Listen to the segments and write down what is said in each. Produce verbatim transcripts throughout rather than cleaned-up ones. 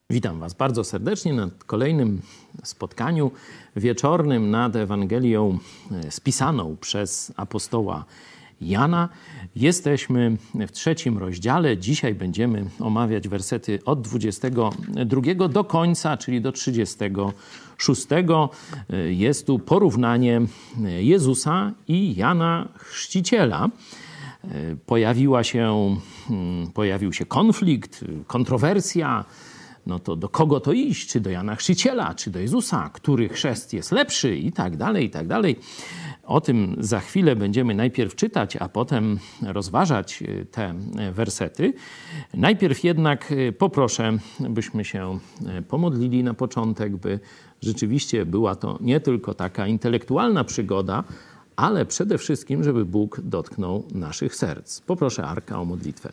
Witam Was bardzo serdecznie na kolejnym spotkaniu wieczornym nad Ewangelią spisaną przez apostoła Jana. Jesteśmy w trzecim rozdziale. Dzisiaj będziemy omawiać wersety od dwudziestego drugiego do końca, czyli do trzydziestego szóstego. Jest tu porównanie Jezusa i Jana Chrzciciela. Pojawiła się, pojawił się konflikt, kontrowersja. No to do kogo to iść? Czy do Jana Chrzciciela, czy do Jezusa? Który chrzest jest lepszy? I tak dalej, i tak dalej. O tym za chwilę będziemy najpierw czytać, a potem rozważać te wersety. Najpierw jednak poproszę, byśmy się pomodlili na początek, by rzeczywiście była to nie tylko taka intelektualna przygoda, ale przede wszystkim, żeby Bóg dotknął naszych serc. Poproszę Arka o modlitwę.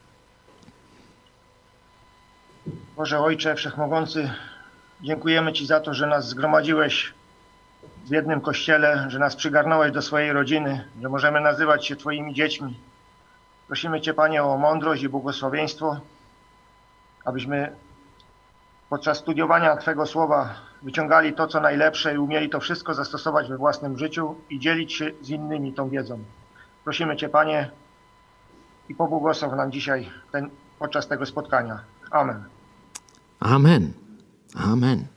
Boże Ojcze Wszechmogący, dziękujemy Ci za to, że nas zgromadziłeś w jednym kościele, że nas przygarnąłeś do swojej rodziny, że możemy nazywać się Twoimi dziećmi. Prosimy Cię, Panie, o mądrość i błogosławieństwo, abyśmy podczas studiowania Twego Słowa wyciągali to, co najlepsze i umieli to wszystko zastosować we własnym życiu i dzielić się z innymi tą wiedzą. Prosimy Cię, Panie, i pobłogosław nam dzisiaj ten, podczas tego spotkania. Amen. Amen. Amen.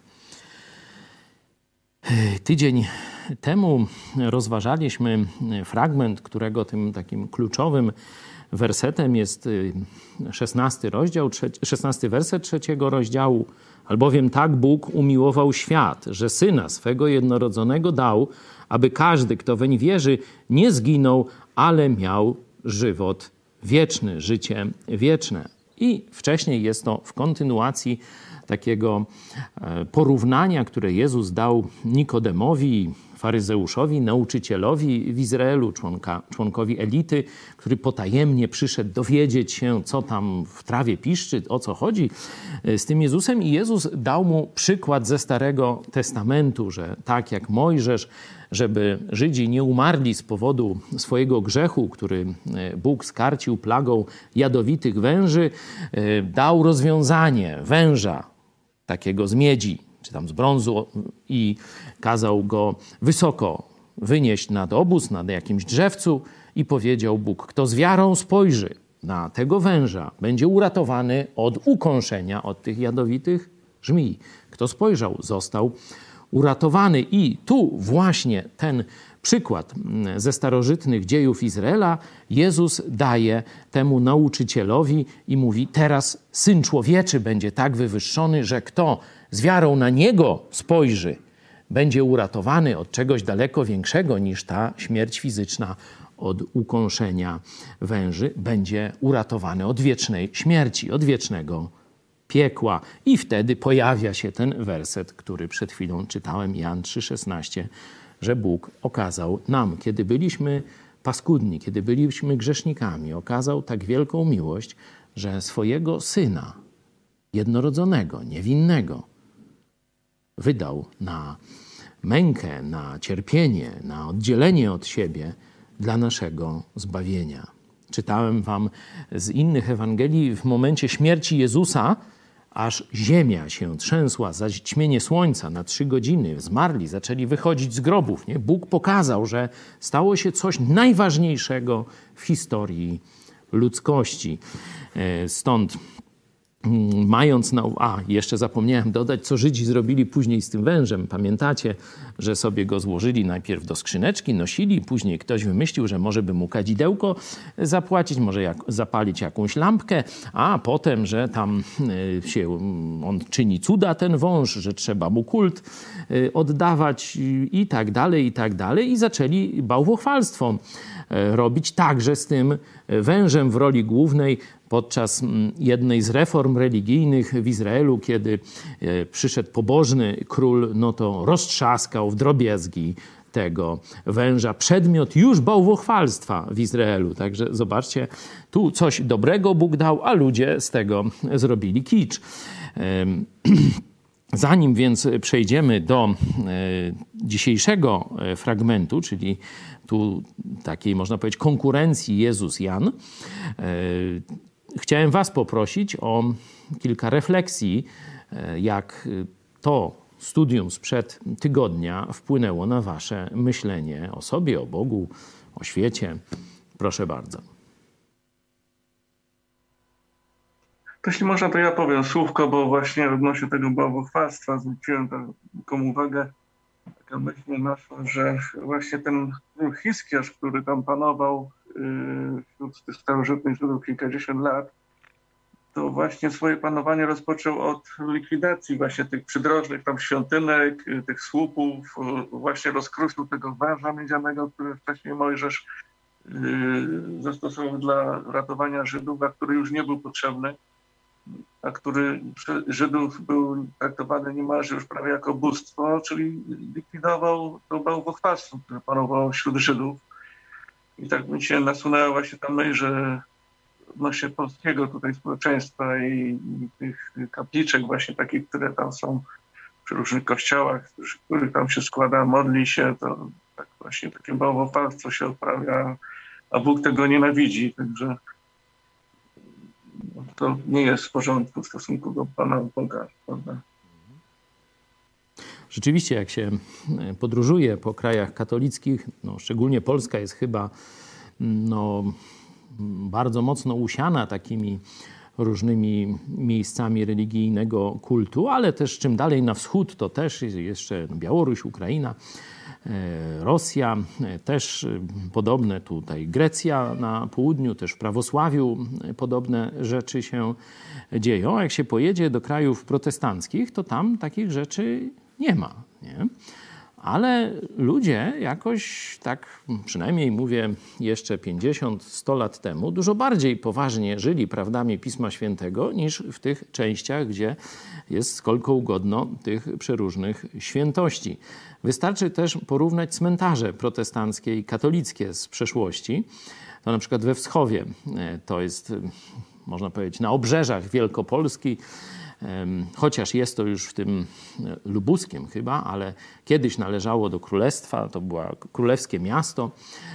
Tydzień temu rozważaliśmy fragment, którego tym takim kluczowym wersetem jest szesnasty rozdział, szesnasty werset trzeciego rozdziału. Albowiem tak Bóg umiłował świat, że Syna swego jednorodzonego dał, aby każdy, kto weń wierzy, nie zginął, ale miał żywot wieczny, życie wieczne. I wcześniej jest to w kontynuacji takiego porównania, które Jezus dał Nikodemowi, faryzeuszowi, nauczycielowi w Izraelu, członka, członkowi elity, który potajemnie przyszedł dowiedzieć się, co tam w trawie piszczy, o co chodzi z tym Jezusem. I Jezus dał mu przykład ze Starego Testamentu, że tak jak Mojżesz, żeby Żydzi nie umarli z powodu swojego grzechu, który Bóg skarcił plagą jadowitych węży, dał rozwiązanie węża takiego z miedzi, czy tam z brązu i kazał go wysoko wynieść nad obóz, nad jakimś drzewcu i powiedział Bóg, kto z wiarą spojrzy na tego węża, będzie uratowany od ukąszenia, od tych jadowitych żmij. Kto spojrzał, został uratowany. I tu właśnie ten przykład ze starożytnych dziejów Izraela Jezus daje temu nauczycielowi i mówi, teraz Syn Człowieczy będzie tak wywyższony, że kto z wiarą na Niego spojrzy, będzie uratowany od czegoś daleko większego niż ta śmierć fizyczna, od ukąszenia węży, będzie uratowany od wiecznej śmierci, od wiecznego piekła. I wtedy pojawia się ten werset, który przed chwilą czytałem, Jan trzy szesnaście, że Bóg okazał nam, kiedy byliśmy paskudni, kiedy byliśmy grzesznikami, okazał tak wielką miłość, że swojego Syna, jednorodzonego, niewinnego, wydał na mękę, na cierpienie, na oddzielenie od siebie dla naszego zbawienia. Czytałem wam z innych Ewangelii, w momencie śmierci Jezusa aż ziemia się trzęsła, zaćmienie słońca na trzy godziny. Zmarli zaczęli wychodzić z grobów. Nie? Bóg pokazał, że stało się coś najważniejszego w historii ludzkości. Stąd mając na... A, jeszcze zapomniałem dodać, co Żydzi zrobili później z tym wężem. Pamiętacie, że sobie go złożyli najpierw do skrzyneczki, nosili, później ktoś wymyślił, że może by mu kadzidełko zapłacić, może jak, zapalić jakąś lampkę, a potem, że tam się on czyni cuda, ten wąż, że trzeba mu kult oddawać i tak dalej, i tak dalej. I zaczęli bałwochwalstwo robić także z tym wężem w roli głównej podczas jednej z reform religijnych w Izraelu, kiedy przyszedł pobożny król, no to roztrzaskał w drobiazgi tego węża. Przedmiot już bałwochwalstwa w Izraelu. Także zobaczcie, tu coś dobrego Bóg dał, a ludzie z tego zrobili kicz. Zanim więc przejdziemy do dzisiejszego fragmentu, czyli tu takiej, można powiedzieć, konkurencji Jezus-Jan, chciałem was poprosić o kilka refleksji jak to studium sprzed tygodnia wpłynęło na wasze myślenie o sobie, o Bogu, o świecie. Proszę bardzo. Jeśli można, to ja powiem słówko, bo właśnie odnośnie tego bałwochwalstwa zwróciłem taką uwagę, taka myśl naszła, że właśnie ten Hiskiarz, który tam panował wśród tych starożytnych Żydów kilkadziesiąt lat, to właśnie swoje panowanie rozpoczął od likwidacji właśnie tych przydrożnych tam świątynek, tych słupów, właśnie rozkruszył tego węża miedzianego, który wcześniej Mojżesz zastosował dla ratowania Żydów, a który już nie był potrzebny, a który przez Żydów był traktowany niemalże już prawie jako bóstwo, czyli likwidował to bałwochwalstwo, które panowało wśród Żydów. I tak mi się nasunęła właśnie ta myśl, że odnośnie polskiego tutaj społeczeństwa i, i tych kapliczek właśnie takich, które tam są przy różnych kościołach, w których tam się składa, modli się, to tak właśnie takie bałwochwalstwo się odprawia, a Bóg tego nienawidzi, także to nie jest w porządku w stosunku do Pana Boga, prawda? Rzeczywiście, jak się podróżuje po krajach katolickich, no szczególnie Polska jest chyba no, bardzo mocno usiana takimi różnymi miejscami religijnego kultu, ale też czym dalej na wschód, to też jeszcze Białoruś, Ukraina, Rosja, też podobne tutaj Grecja na południu, też w prawosławiu podobne rzeczy się dzieją. A jak się pojedzie do krajów protestanckich, to tam takich rzeczy nie ma, nie? Ale ludzie jakoś tak, przynajmniej mówię jeszcze pięćdziesiąt sto lat temu, dużo bardziej poważnie żyli prawdami Pisma Świętego niż w tych częściach, gdzie jest skolko ugodno tych przeróżnych świętości. Wystarczy też porównać cmentarze protestanckie i katolickie z przeszłości. To na przykład we Wschowie, to jest, można powiedzieć, na obrzeżach Wielkopolski, chociaż jest to już w tym lubuskiem chyba, ale kiedyś należało do królestwa, to było królewskie miasto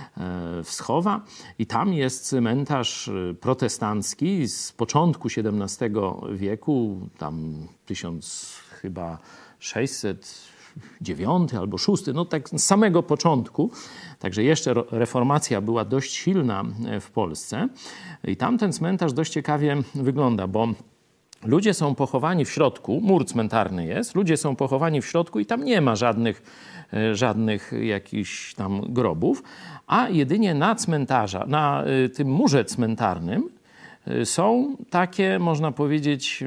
Wschowa i tam jest cmentarz protestancki z początku siedemnastego wieku, tam tysiąc chyba sześćset dziewiąty albo szósty, no tak z samego początku. Także jeszcze reformacja była dość silna w Polsce i tam ten cmentarz dość ciekawie wygląda, bo ludzie są pochowani w środku, mur cmentarny jest, ludzie są pochowani w środku i tam nie ma żadnych, żadnych jakichś tam grobów, a jedynie na cmentarza, na tym murze cmentarnym są takie, można powiedzieć,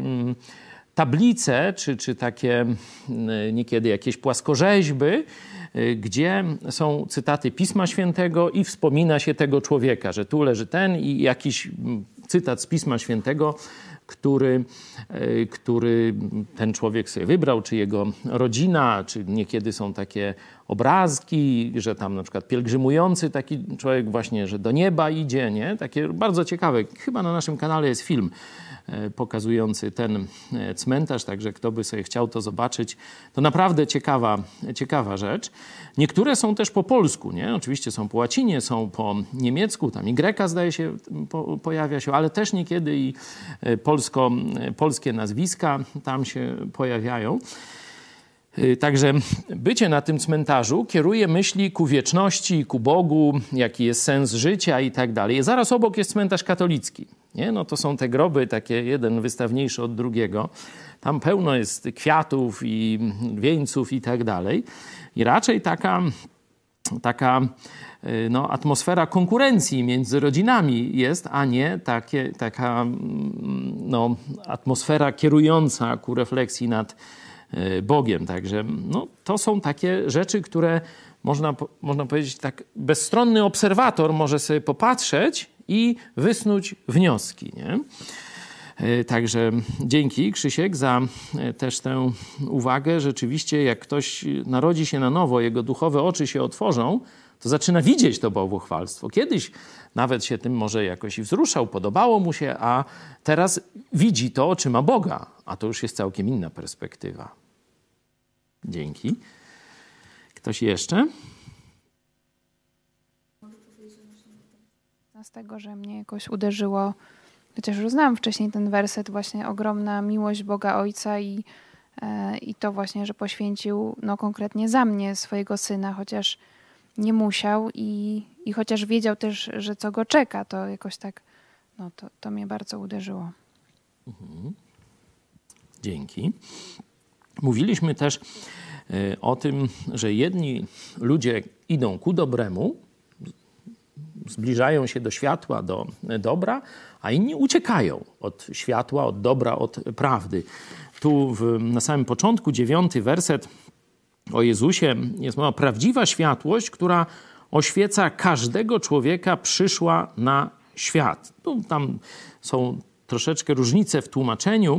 tablice, czy, czy takie niekiedy jakieś płaskorzeźby, gdzie są cytaty Pisma Świętego i wspomina się tego człowieka, że tu leży ten i jakiś cytat z Pisma Świętego, który, który ten człowiek sobie wybrał, czy jego rodzina, czy niekiedy są takie obrazki, że tam na przykład pielgrzymujący taki człowiek właśnie, że do nieba idzie, nie? Takie bardzo ciekawe. Chyba na naszym kanale jest film pokazujący ten cmentarz, także kto by sobie chciał to zobaczyć, to naprawdę ciekawa, ciekawa rzecz. Niektóre są też po polsku, nie? Oczywiście są po łacinie, są po niemiecku, tam i greka zdaje się po, pojawia się, ale też niekiedy i polsko, polskie nazwiska tam się pojawiają. Także bycie na tym cmentarzu kieruje myśli ku wieczności, ku Bogu, jaki jest sens życia i tak dalej. Zaraz obok jest cmentarz katolicki. Nie? No to są te groby takie jeden wystawniejszy od drugiego. Tam pełno jest kwiatów i wieńców i tak dalej. I raczej taka, taka no, atmosfera konkurencji między rodzinami jest, a nie takie, taka no, atmosfera kierująca ku refleksji nad Bogiem. Także no, to są takie rzeczy, które można, można powiedzieć tak, bezstronny obserwator może sobie popatrzeć i wysnuć wnioski. Nie? Także dzięki, Krzysiek, za też tę uwagę. Rzeczywiście, jak ktoś narodzi się na nowo, jego duchowe oczy się otworzą, to zaczyna widzieć to bałwochwalstwo. Kiedyś nawet się tym może jakoś wzruszał, podobało mu się, a teraz widzi to oczyma Boga, a to już jest całkiem inna perspektywa. Dzięki. Ktoś jeszcze? Z tego, że mnie jakoś uderzyło chociaż już znałam wcześniej ten werset, właśnie ogromna miłość Boga Ojca i, i to właśnie, że poświęcił no, konkretnie za mnie swojego Syna, chociaż nie musiał i, i chociaż wiedział też, że co go czeka, to jakoś tak, no to, to mnie bardzo uderzyło. Mhm. Dzięki. Mówiliśmy też o tym, że jedni ludzie idą ku dobremu, zbliżają się do światła, do dobra, a inni uciekają od światła, od dobra, od prawdy. Tu w, na samym początku, dziewiąty werset o Jezusie jest mowa: prawdziwa światłość, która oświeca każdego człowieka, przyszła na świat. Tu, tam są troszeczkę różnice w tłumaczeniu,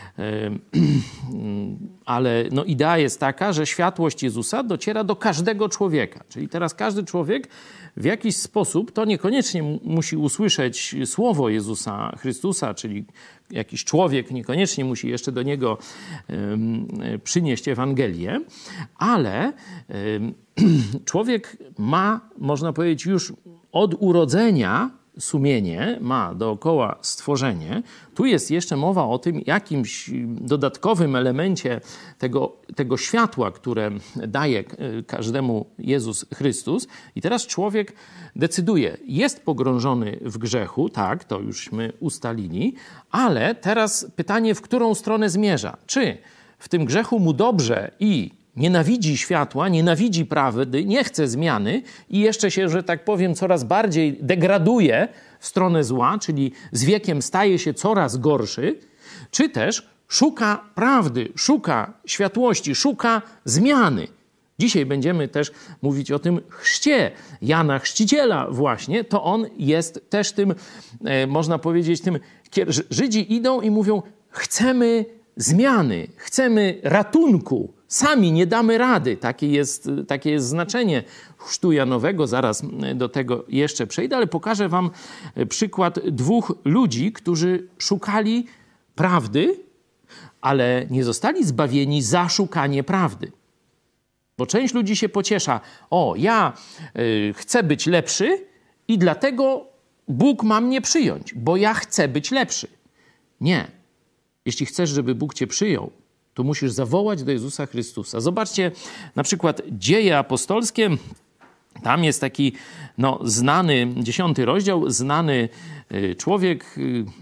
ale no idea jest taka, że światłość Jezusa dociera do każdego człowieka. Czyli teraz każdy człowiek w jakiś sposób, to niekoniecznie musi usłyszeć słowo Jezusa Chrystusa, czyli jakiś człowiek niekoniecznie musi jeszcze do niego um, przynieść Ewangelię, ale um, człowiek ma, można powiedzieć, już od urodzenia sumienie, ma dookoła stworzenie. Tu jest jeszcze mowa o tym jakimś dodatkowym elemencie tego, tego światła, które daje każdemu Jezus Chrystus. I teraz człowiek decyduje, jest pogrążony w grzechu, tak, to jużśmy ustalili, ale teraz pytanie, w którą stronę zmierza? Czy w tym grzechu mu dobrze i nienawidzi światła, nienawidzi prawdy, nie chce zmiany i jeszcze się, że tak powiem, coraz bardziej degraduje w stronę zła, czyli z wiekiem staje się coraz gorszy, czy też szuka prawdy, szuka światłości, szuka zmiany. Dzisiaj będziemy też mówić o tym chrzcie Jana Chrzciciela właśnie. To on jest też tym, można powiedzieć, tym... Żydzi idą i mówią, chcemy zmiany, chcemy ratunku. Sami nie damy rady. Takie jest, takie jest znaczenie chrztu Janowego. Zaraz do tego jeszcze przejdę, ale pokażę wam przykład dwóch ludzi, którzy szukali prawdy, ale nie zostali zbawieni za szukanie prawdy. Bo część ludzi się pociesza. O, ja y, chcę być lepszy i dlatego Bóg ma mnie przyjąć, bo ja chcę być lepszy. Nie. Jeśli chcesz, żeby Bóg cię przyjął, to musisz zawołać do Jezusa Chrystusa. Zobaczcie na przykład Dzieje Apostolskie. Tam jest taki no, znany, dziesiąty rozdział, znany człowiek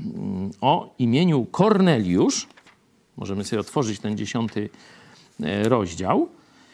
o imieniu Korneliusz. Możemy sobie otworzyć ten dziesiąty rozdział.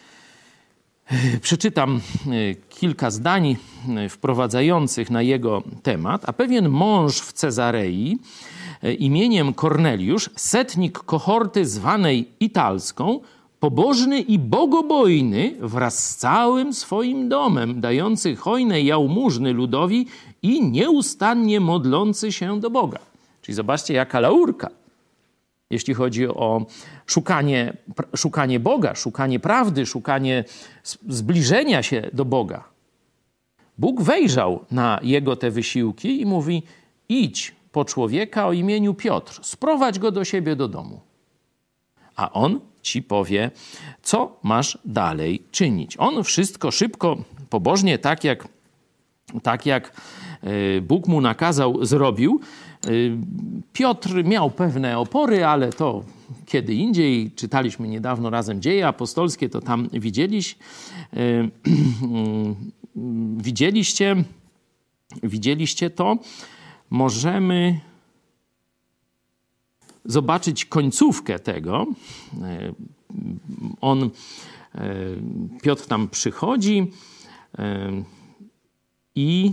Przeczytam kilka zdań wprowadzających na jego temat. A pewien mąż w Cezarei imieniem Korneliusz, setnik kohorty zwanej Italską, pobożny i bogobojny wraz z całym swoim domem, dający hojne jałmużny ludowi i nieustannie modlący się do Boga. Czyli zobaczcie, jaka laurka, jeśli chodzi o szukanie, szukanie Boga, szukanie prawdy, szukanie zbliżenia się do Boga. Bóg wejrzał na jego te wysiłki i mówi, idź po człowieka o imieniu Piotr, sprowadź go do siebie do domu. A on ci powie, co masz dalej czynić. On wszystko szybko, pobożnie, tak jak, tak jak Bóg mu nakazał, zrobił. Piotr miał pewne opory, ale to kiedy indziej. Czytaliśmy niedawno razem Dzieje Apostolskie, to tam widzieliś, widzieliście, widzieliście to. Możemy zobaczyć końcówkę tego. On, Piotr tam przychodzi i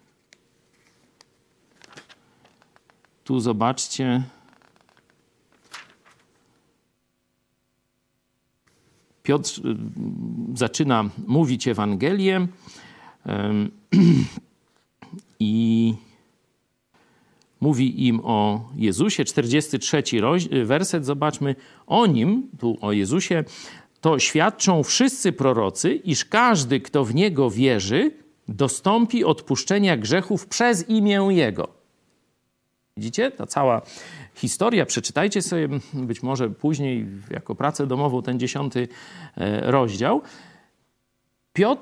tu zobaczcie, Piotr zaczyna mówić Ewangelię i mówi im o Jezusie. czterdziesty trzeci werset, zobaczmy. O nim, tu o Jezusie, to świadczą wszyscy prorocy, iż każdy, kto w Niego wierzy, dostąpi odpuszczenia grzechów przez imię Jego. Widzicie? Ta cała historia. Przeczytajcie sobie być może później jako pracę domową ten dziesiąty rozdział. Piotr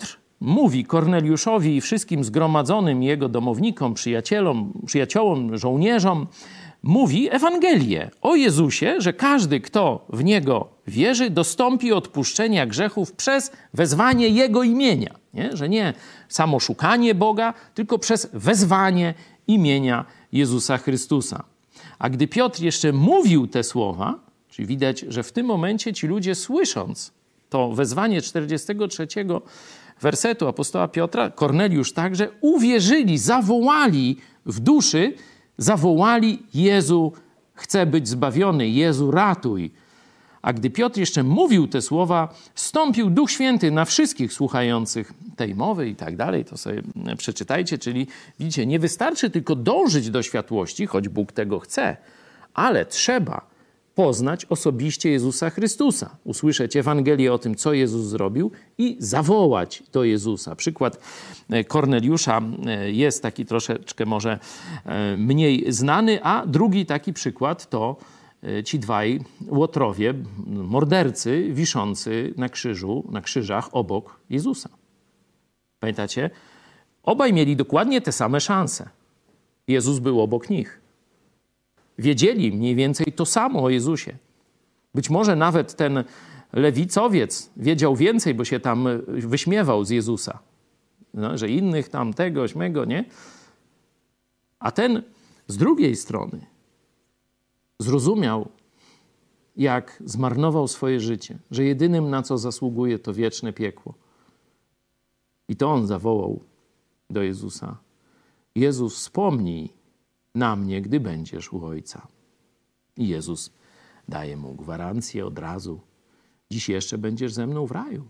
mówi Korneliuszowi i wszystkim zgromadzonym jego domownikom, przyjacielom, przyjaciołom, żołnierzom, mówi Ewangelię o Jezusie, że każdy, kto w Niego wierzy, dostąpi odpuszczenia grzechów przez wezwanie Jego imienia. Nie? Że nie samo szukanie Boga, tylko przez wezwanie imienia Jezusa Chrystusa. A gdy Piotr jeszcze mówił te słowa, czyli widać, że w tym momencie ci ludzie, słysząc to wezwanie czterdziestego trzeciego wersetu apostoła Piotra, Korneliusz także, uwierzyli, zawołali w duszy, zawołali: Jezu, chcę być zbawiony, Jezu, ratuj. A gdy Piotr jeszcze mówił te słowa, stąpił Duch Święty na wszystkich słuchających tej mowy i tak dalej. To sobie przeczytajcie, czyli widzicie, nie wystarczy tylko dążyć do światłości, choć Bóg tego chce, ale trzeba poznać osobiście Jezusa Chrystusa, usłyszeć Ewangelię o tym, co Jezus zrobił i zawołać do Jezusa. Przykład Korneliusza jest taki troszeczkę może mniej znany, a drugi taki przykład to ci dwaj łotrowie, mordercy wiszący na krzyżu, na krzyżach obok Jezusa. Pamiętacie? Obaj mieli dokładnie te same szanse. Jezus był obok nich. Wiedzieli mniej więcej to samo o Jezusie. Być może nawet ten lewicowiec wiedział więcej, bo się tam wyśmiewał z Jezusa. No, że innych tam tego, śmego, nie? A ten z drugiej strony zrozumiał, jak zmarnował swoje życie, że jedynym, na co zasługuje, to wieczne piekło. I to on zawołał do Jezusa: Jezus, wspomnij na mnie, gdy będziesz u Ojca. I Jezus daje mu gwarancję od razu: dziś jeszcze będziesz ze mną w raju.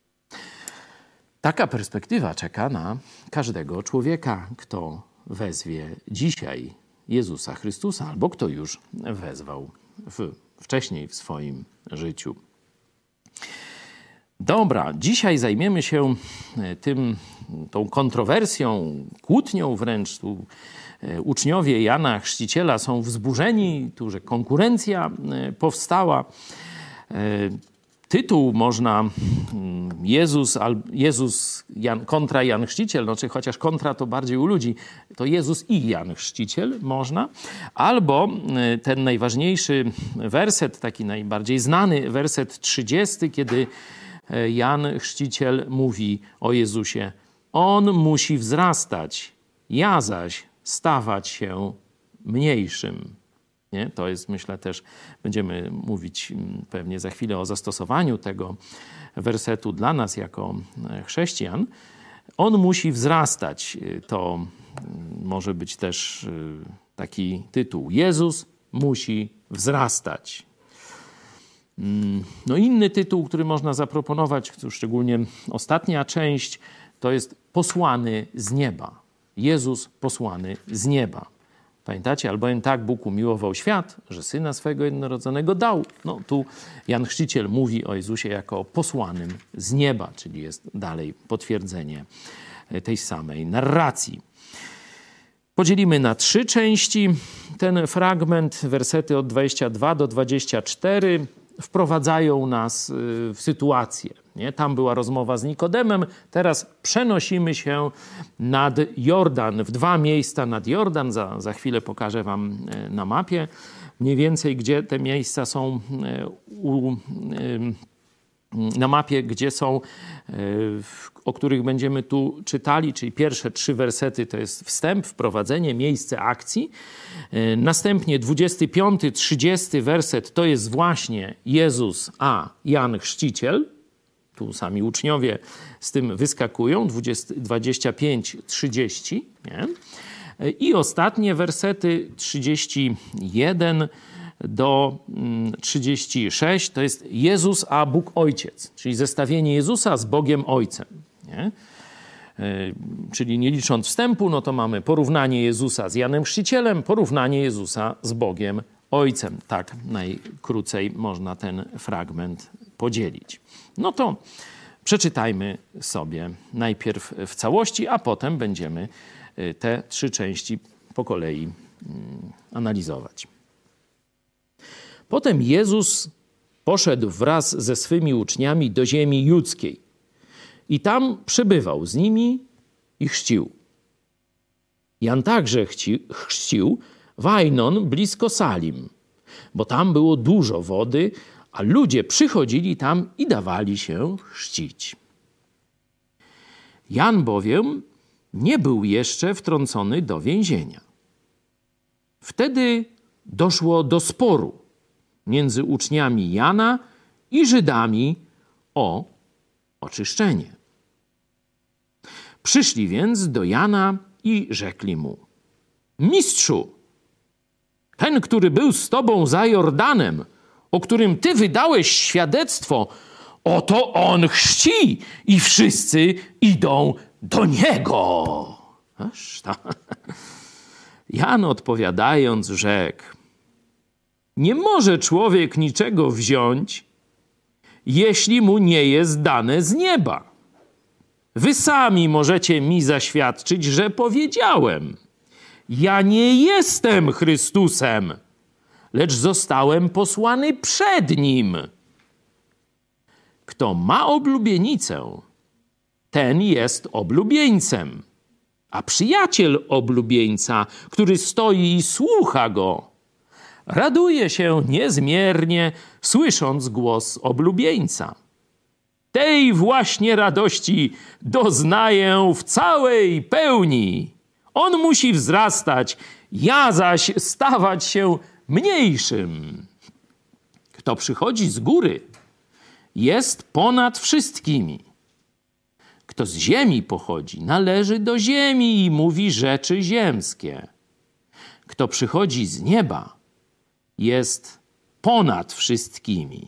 Taka perspektywa czeka na każdego człowieka, kto wezwie dzisiaj Jezusa Chrystusa, albo kto już wezwał w, wcześniej w swoim życiu. Dobra, dzisiaj zajmiemy się tym, tą kontrowersją, kłótnią wręcz. Tu uczniowie Jana Chrzciciela są wzburzeni, tu, że konkurencja powstała. Tytuł można Jezus, Jezus Jan, kontra Jan Chrzciciel, no, czy chociaż kontra to bardziej u ludzi, to Jezus i Jan Chrzciciel można. Albo ten najważniejszy werset, taki najbardziej znany, werset trzydziesty, kiedy Jan Chrzciciel mówi o Jezusie: On musi wzrastać, ja zaś stawać się mniejszym. Nie? To jest, myślę, też będziemy mówić pewnie za chwilę o zastosowaniu tego wersetu dla nas jako chrześcijan. On musi wzrastać. To może być też taki tytuł: Jezus musi wzrastać. No, inny tytuł, który można zaproponować, szczególnie ostatnia część, to jest posłany z nieba. Jezus posłany z nieba. Pamiętacie? Albowiem tak Bóg umiłował świat, że Syna swego jednorodzonego dał. No tu Jan Chrzciciel mówi o Jezusie jako o posłanym z nieba, czyli jest dalej potwierdzenie tej samej narracji. Podzielimy na trzy części ten fragment. Wersety od dwudziestego drugiego do dwudziestego czwartego wprowadzają nas w sytuację. Nie? Tam była rozmowa z Nikodemem, teraz przenosimy się nad Jordan, w dwa miejsca nad Jordan. Za, za chwilę pokażę wam na mapie mniej więcej, gdzie te miejsca są u, na mapie, gdzie są, o których będziemy tu czytali, czyli pierwsze trzy wersety to jest wstęp, wprowadzenie, miejsce akcji. Następnie dwudziesty piąty, trzydziesty werset to jest właśnie Jezus a Jan Chrzciciel. Tu sami uczniowie z tym wyskakują, dwadzieścia pięć, trzydzieści. Nie? I ostatnie wersety trzydzieści jeden do trzydziestu sześciu to jest Jezus a Bóg Ojciec, czyli zestawienie Jezusa z Bogiem Ojcem. Nie? Czyli nie licząc wstępu, no to mamy porównanie Jezusa z Janem Chrzcicielem, porównanie Jezusa z Bogiem Ojcem. Tak najkrócej można ten fragment podzielić. No to przeczytajmy sobie najpierw w całości, a potem będziemy te trzy części po kolei analizować. Potem Jezus poszedł wraz ze swymi uczniami do ziemi judzkiej i tam przebywał z nimi i chrzcił. Jan także chci, chrzcił w Ainon blisko Salim, bo tam było dużo wody, a ludzie przychodzili tam i dawali się chrzcić. Jan bowiem nie był jeszcze wtrącony do więzienia. Wtedy doszło do sporu między uczniami Jana i Żydami o oczyszczenie. Przyszli więc do Jana i rzekli mu: Mistrzu, ten, który był z tobą za Jordanem, o którym ty wydałeś świadectwo, oto on chrzci i wszyscy idą do niego. Aż ta. Jan odpowiadając rzekł: Nie może człowiek niczego wziąć, jeśli mu nie jest dane z nieba. Wy sami możecie mi zaświadczyć, że powiedziałem: Ja nie jestem Chrystusem, lecz zostałem posłany przed Nim. Kto ma oblubienicę, ten jest oblubieńcem, a przyjaciel oblubieńca, który stoi i słucha go, raduje się niezmiernie, słysząc głos oblubieńca. Tej właśnie radości doznaję w całej pełni. On musi wzrastać, ja zaś stawać się mniejszym. Kto przychodzi z góry, jest ponad wszystkimi. Kto z ziemi pochodzi, należy do ziemi i mówi rzeczy ziemskie. Kto przychodzi z nieba, jest ponad wszystkimi.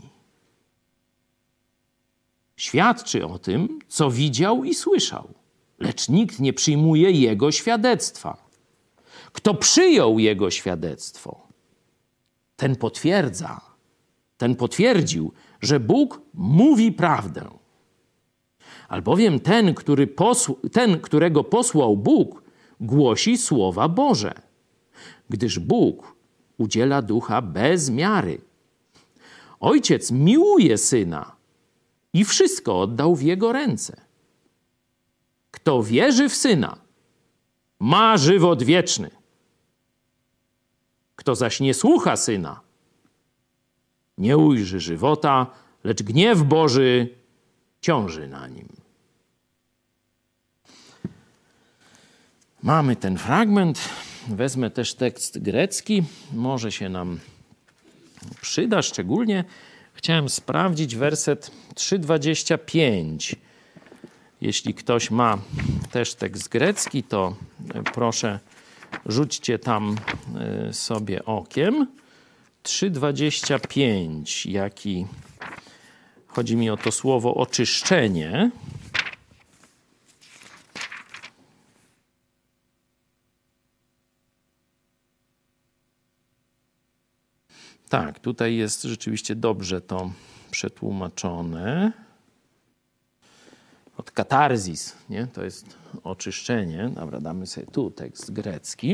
Świadczy o tym, co widział i słyszał, lecz nikt nie przyjmuje jego świadectwa. Kto przyjął jego świadectwo, ten potwierdza, ten potwierdził, że Bóg mówi prawdę. Albowiem ten, który posł, ten, którego posłał Bóg, głosi słowa Boże, gdyż Bóg udziela ducha bez miary. Ojciec miłuje Syna i wszystko oddał w Jego ręce. Kto wierzy w Syna, ma żywot wieczny. Kto zaś nie słucha Syna, nie ujrzy żywota, lecz gniew Boży ciąży na nim. Mamy ten fragment. Wezmę też tekst grecki. Może się nam przyda. Szczególnie chciałem sprawdzić werset trzy dwadzieścia pięć. Jeśli ktoś ma też tekst grecki, to proszę rzućcie tam sobie okiem. trzy dwadzieścia pięć, jaki chodzi mi o to słowo oczyszczenie. Tak, tutaj jest rzeczywiście dobrze to przetłumaczone. Od katarzis, nie? To jest oczyszczenie. Dobra, damy sobie tu tekst grecki.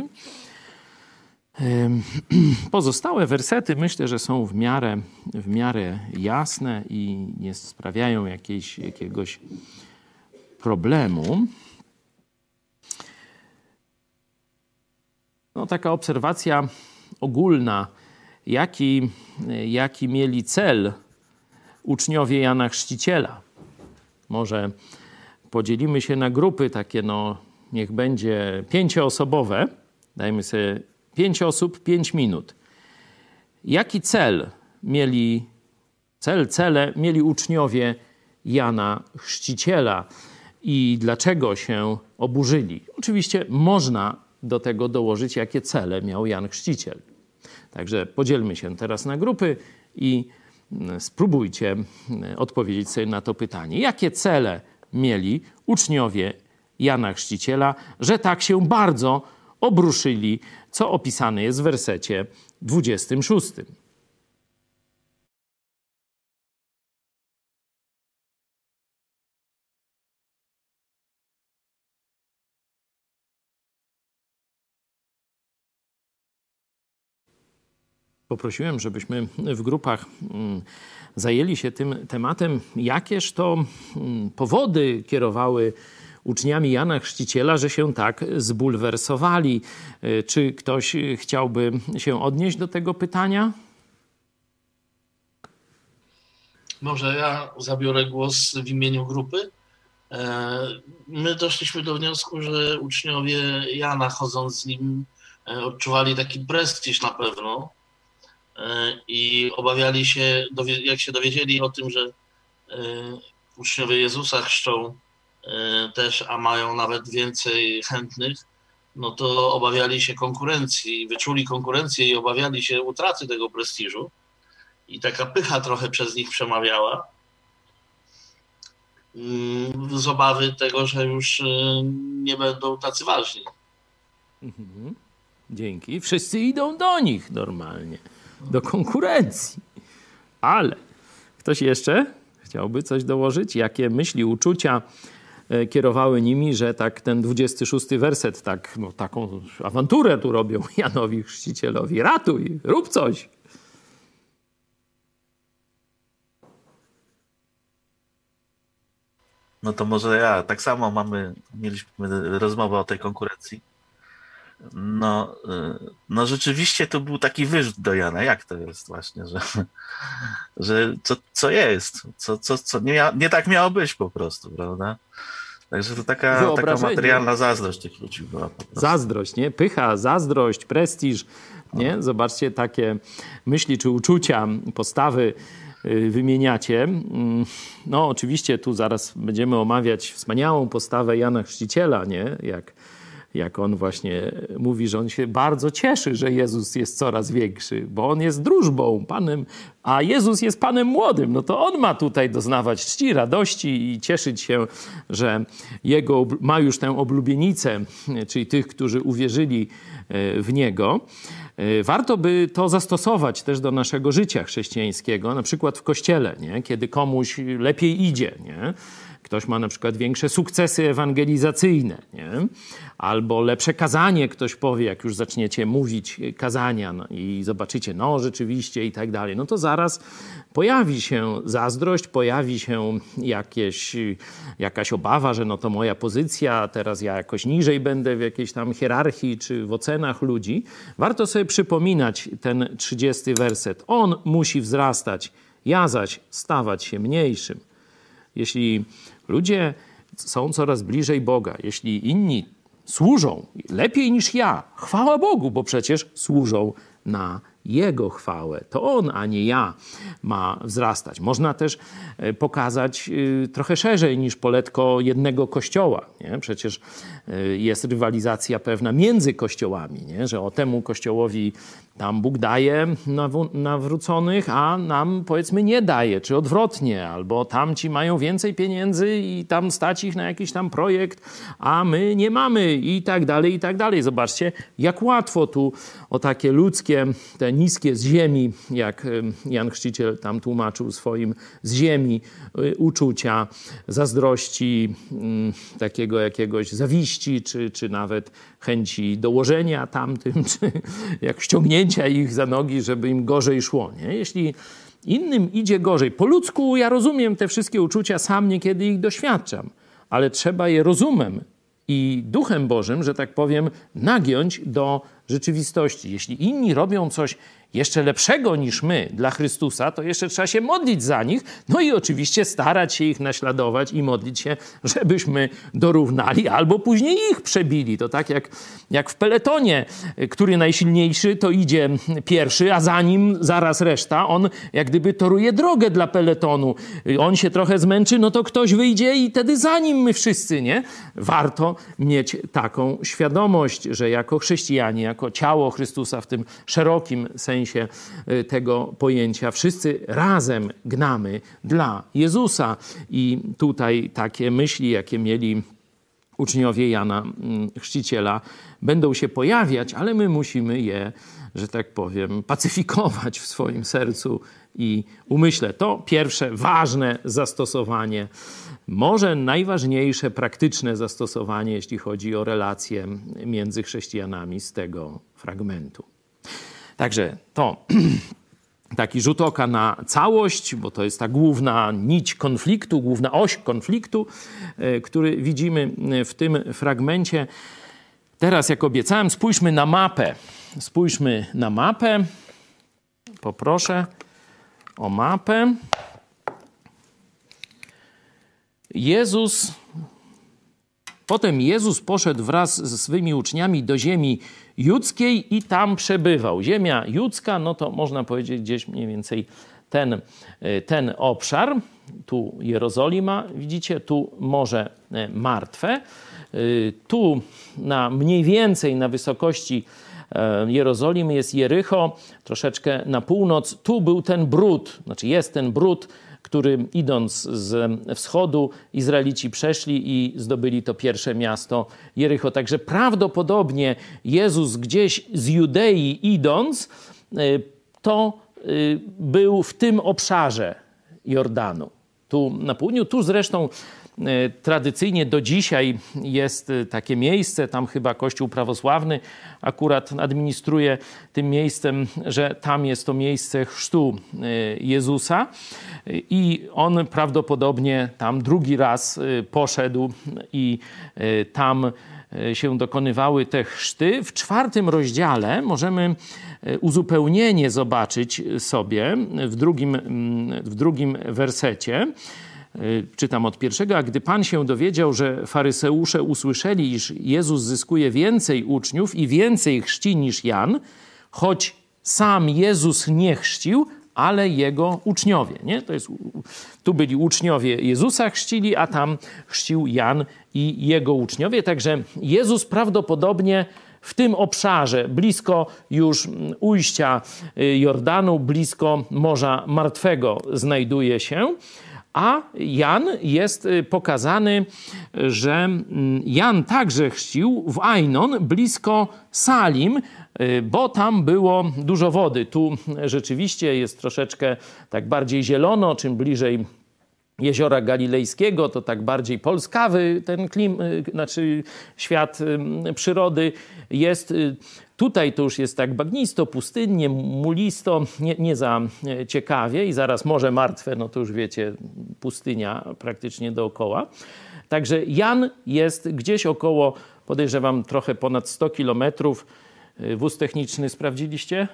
Pozostałe wersety myślę, że są w miarę, w miarę jasne i nie sprawiają jakiejś, jakiegoś problemu. No, taka obserwacja ogólna, jaki, jaki mieli cel uczniowie Jana Chrzciciela. Może podzielimy się na grupy takie, no niech będzie pięcioosobowe. Dajmy sobie pięć osób, pięć minut. Jaki cel mieli, cel, cele mieli uczniowie Jana Chrzciciela i dlaczego się oburzyli? Oczywiście można do tego dołożyć, jakie cele miał Jan Chrzciciel. Także podzielmy się teraz na grupy i spróbujcie odpowiedzieć sobie na to pytanie. Jakie cele mieli uczniowie Jana Chrzciciela, że tak się bardzo obruszyli, co opisane jest w wersecie dwudziestym szóstym. Poprosiłem, żebyśmy w grupach zajęli się tym tematem, jakież to powody kierowały uczniami Jana Chrzciciela, że się tak zbulwersowali. Czy ktoś chciałby się odnieść do tego pytania? Może ja zabiorę głos w imieniu grupy. My doszliśmy do wniosku, że uczniowie Jana, chodząc z nim, odczuwali taki prestiż na pewno i obawiali się, jak się dowiedzieli o tym, że uczniowie Jezusa chrzczą też, a mają nawet więcej chętnych, no to obawiali się konkurencji, wyczuli konkurencję i obawiali się utraty tego prestiżu. I taka pycha trochę przez nich przemawiała z obawy tego, że już nie będą tacy ważni. Mhm. Dzięki. Wszyscy idą do nich normalnie, do konkurencji. Ale ktoś jeszcze chciałby coś dołożyć? Jakie myśli, uczucia kierowały nimi, że tak ten dwudziesty szósty werset, tak, no, taką awanturę tu robią Janowi Chrzcicielowi. Ratuj, rób coś. No to może ja. Tak samo mamy, mieliśmy rozmowę o tej konkurencji. No, no rzeczywiście to był taki wyrzut do Jana. Jak to jest właśnie, że, że co, co jest? Co, co, co nie, mia, nie tak miało być po prostu, prawda? Także to taka, taka materialna zazdrość tych ludzi była. Po prostu. Zazdrość, nie? Pycha, zazdrość, prestiż, nie? Zobaczcie, takie myśli czy uczucia, postawy wymieniacie. No oczywiście tu zaraz będziemy omawiać wspaniałą postawę Jana Chrzciciela, nie? Jak, jak on właśnie mówi, że on się bardzo cieszy, że Jezus jest coraz większy, bo on jest drużbą, Panem, a Jezus jest Panem młodym. No to on ma tutaj doznawać czci, radości i cieszyć się, że jego ma już tę oblubienicę, czyli tych, którzy uwierzyli w Niego. Warto by to zastosować też do naszego życia chrześcijańskiego, na przykład w kościele, nie? Kiedy komuś lepiej idzie, nie? Ktoś ma na przykład większe sukcesy ewangelizacyjne, nie? Albo lepsze kazanie ktoś powie, jak już zaczniecie mówić kazania no i zobaczycie, no rzeczywiście i tak dalej, no to zaraz pojawi się zazdrość, pojawi się jakieś, jakaś obawa, że no to moja pozycja, teraz ja jakoś niżej będę w jakiejś tam hierarchii czy w ocenach ludzi. Warto sobie przypominać ten trzydziesty werset. On musi wzrastać, ja zaś stawać się mniejszym. Jeśli ludzie są coraz bliżej Boga, jeśli inni służą lepiej niż ja, chwała Bogu, bo przecież służą na Jego chwałę. To On, a nie ja, ma wzrastać. Można też pokazać trochę szerzej niż poletko jednego kościoła. Nie? Przecież jest rywalizacja pewna między kościołami, nie? Że o temu kościołowi tam Bóg daje nawróconych, a nam powiedzmy nie daje, czy odwrotnie, albo tamci mają więcej pieniędzy i tam stać ich na jakiś tam projekt, a my nie mamy i tak dalej, i tak dalej. Zobaczcie, jak łatwo tu o takie ludzkie, te niskie z ziemi, jak Jan Chrzciciel tam tłumaczył swoim z ziemi uczucia, zazdrości, takiego jakiegoś zawiści, czy, czy nawet chęci dołożenia tamtym, czy jak ściągnięcia ich za nogi, żeby im gorzej szło. Nie? Jeśli innym idzie gorzej, po ludzku ja rozumiem te wszystkie uczucia, sam niekiedy ich doświadczam, ale trzeba je rozumem i Duchem Bożym, że tak powiem, nagiąć do rzeczywistości. Jeśli inni robią coś jeszcze lepszego niż my dla Chrystusa, to jeszcze trzeba się modlić za nich, no i oczywiście starać się ich naśladować i modlić się, żebyśmy dorównali albo później ich przebili. To tak jak, jak w peletonie, który najsilniejszy, to idzie pierwszy, a za nim zaraz reszta. On jak gdyby toruje drogę dla peletonu. On się trochę zmęczy, no to ktoś wyjdzie i wtedy za nim my wszyscy, nie? Warto mieć taką świadomość, że jako chrześcijanie, jako ciało Chrystusa w tym szerokim sensie tego pojęcia, wszyscy razem gnamy dla Jezusa. I tutaj takie myśli, jakie mieli uczniowie Jana Chrzciciela, będą się pojawiać, ale my musimy je, że tak powiem, pacyfikować w swoim sercu i umyśle. To pierwsze ważne zastosowanie, może najważniejsze praktyczne zastosowanie, jeśli chodzi o relacje między chrześcijanami z tego fragmentu. Także to taki rzut oka na całość, bo to jest ta główna nić konfliktu, główna oś konfliktu, który widzimy w tym fragmencie. Teraz, jak obiecałem, spójrzmy na mapę. Spójrzmy na mapę. Poproszę o mapę. Jezus, potem Jezus poszedł wraz ze swymi uczniami do ziemi judzkiej i tam przebywał. Ziemia judzka, no to można powiedzieć gdzieś mniej więcej ten, ten obszar. Tu Jerozolima, widzicie, tu Morze Martwe. Tu na mniej więcej na wysokości Jerozolimy jest Jericho, troszeczkę na północ. Tu był ten brud, znaczy jest ten brud, który idąc z wschodu Izraelici przeszli i zdobyli to pierwsze miasto Jericho. Także prawdopodobnie Jezus gdzieś z Judei idąc, to był w tym obszarze Jordanu. Tu na południu, tu zresztą tradycyjnie do dzisiaj jest takie miejsce, tam chyba Kościół prawosławny akurat administruje tym miejscem, że tam jest to miejsce chrztu Jezusa i on prawdopodobnie tam drugi raz poszedł i tam się dokonywały te chrzty. W czwartym rozdziale możemy uzupełnienie zobaczyć sobie w drugim, w drugim wersecie. Czytam od pierwszego. A gdy Pan się dowiedział, że faryseusze usłyszeli, iż Jezus zyskuje więcej uczniów i więcej chrzci niż Jan, choć sam Jezus nie chrzcił, ale jego uczniowie. Nie? To jest, tu byli uczniowie Jezusa chrzcili, a tam chrzcił Jan i jego uczniowie. Także Jezus prawdopodobnie w tym obszarze, blisko już ujścia Jordanu, blisko Morza Martwego znajduje się. A Jan jest pokazany, że Jan także chrzcił w Ainon, blisko Salim, bo tam było dużo wody. Tu rzeczywiście jest troszeczkę tak bardziej zielono, czym bliżej Jeziora Galilejskiego, to tak bardziej polskawy ten klim, znaczy świat przyrody jest. Tutaj to już jest tak bagnisto, pustynnie, mulisto, nie, nie za ciekawie i zaraz Morze Martwe, no to już wiecie, pustynia praktycznie dookoła. Także Jan jest gdzieś około, podejrzewam, trochę ponad sto kilometrów. Wóz techniczny sprawdziliście?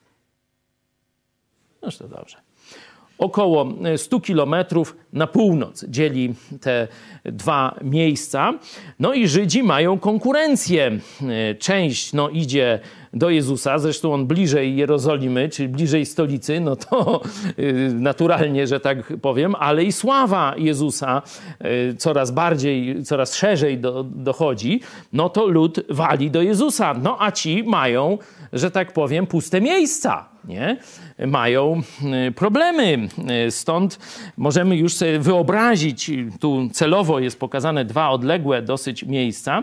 Noż to dobrze. Około stu kilometrów na północ dzieli te dwa miejsca. No i Żydzi mają konkurencję. Część no, idzie do Jezusa, zresztą on bliżej Jerozolimy, czyli bliżej stolicy, no to naturalnie, że tak powiem, ale i sława Jezusa coraz bardziej, coraz szerzej do, dochodzi, no to lud wali do Jezusa. No a ci mają, że tak powiem, puste miejsca, nie? Mają problemy. Stąd możemy już sobie wyobrazić, tu celowo jest pokazane dwa odległe dosyć miejsca,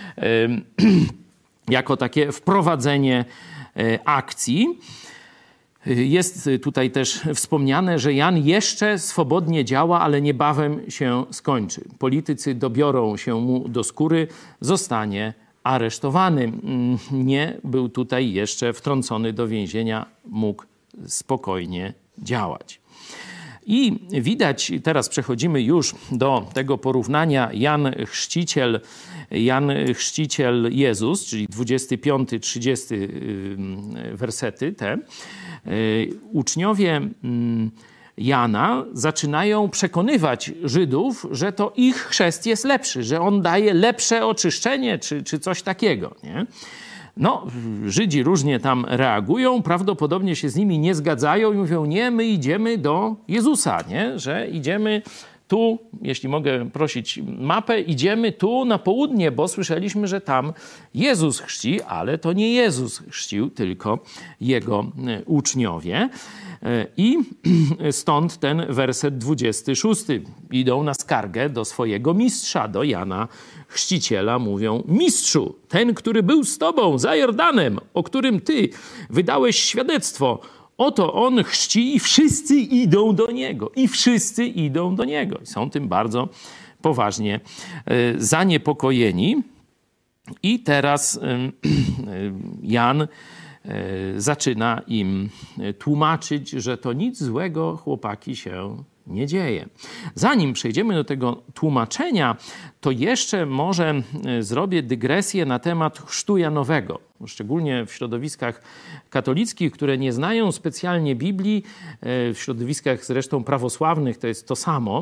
jako takie wprowadzenie akcji. Jest tutaj też wspomniane, że Jan jeszcze swobodnie działa, ale niebawem się skończy. Politycy dobiorą się mu do skóry, zostanie aresztowany. Nie był tutaj jeszcze wtrącony do więzienia, mógł spokojnie działać. I widać, teraz przechodzimy już do tego porównania Jan Chrzciciel, Jan Chrzciciel Jezus, czyli dwudziesty piąty, trzydziesty wersety te. Uczniowie Jana zaczynają przekonywać Żydów, że to ich chrzest jest lepszy, że on daje lepsze oczyszczenie, czy, czy coś takiego, nie? No, Żydzi różnie tam reagują, prawdopodobnie się z nimi nie zgadzają i mówią, nie, my idziemy do Jezusa, nie? Że idziemy tu, jeśli mogę prosić mapę, idziemy tu na południe, bo słyszeliśmy, że tam Jezus chrzci, ale to nie Jezus chrzcił, tylko jego uczniowie. I stąd ten werset dwudziesty szósty. Idą na skargę do swojego mistrza, do Jana Chrzciciela. Mówią, mistrzu, ten, który był z tobą za Jordanem, o którym ty wydałeś świadectwo, oto on chrzci i wszyscy idą do niego. I wszyscy idą do niego. Są tym bardzo poważnie zaniepokojeni. I teraz Jan zaczyna im tłumaczyć, że to nic złego, chłopaki, się nie dzieje. Zanim przejdziemy do tego tłumaczenia, to jeszcze może zrobię dygresję na temat chrztu janowego. Szczególnie w środowiskach katolickich, które nie znają specjalnie Biblii, w środowiskach zresztą prawosławnych to jest to samo.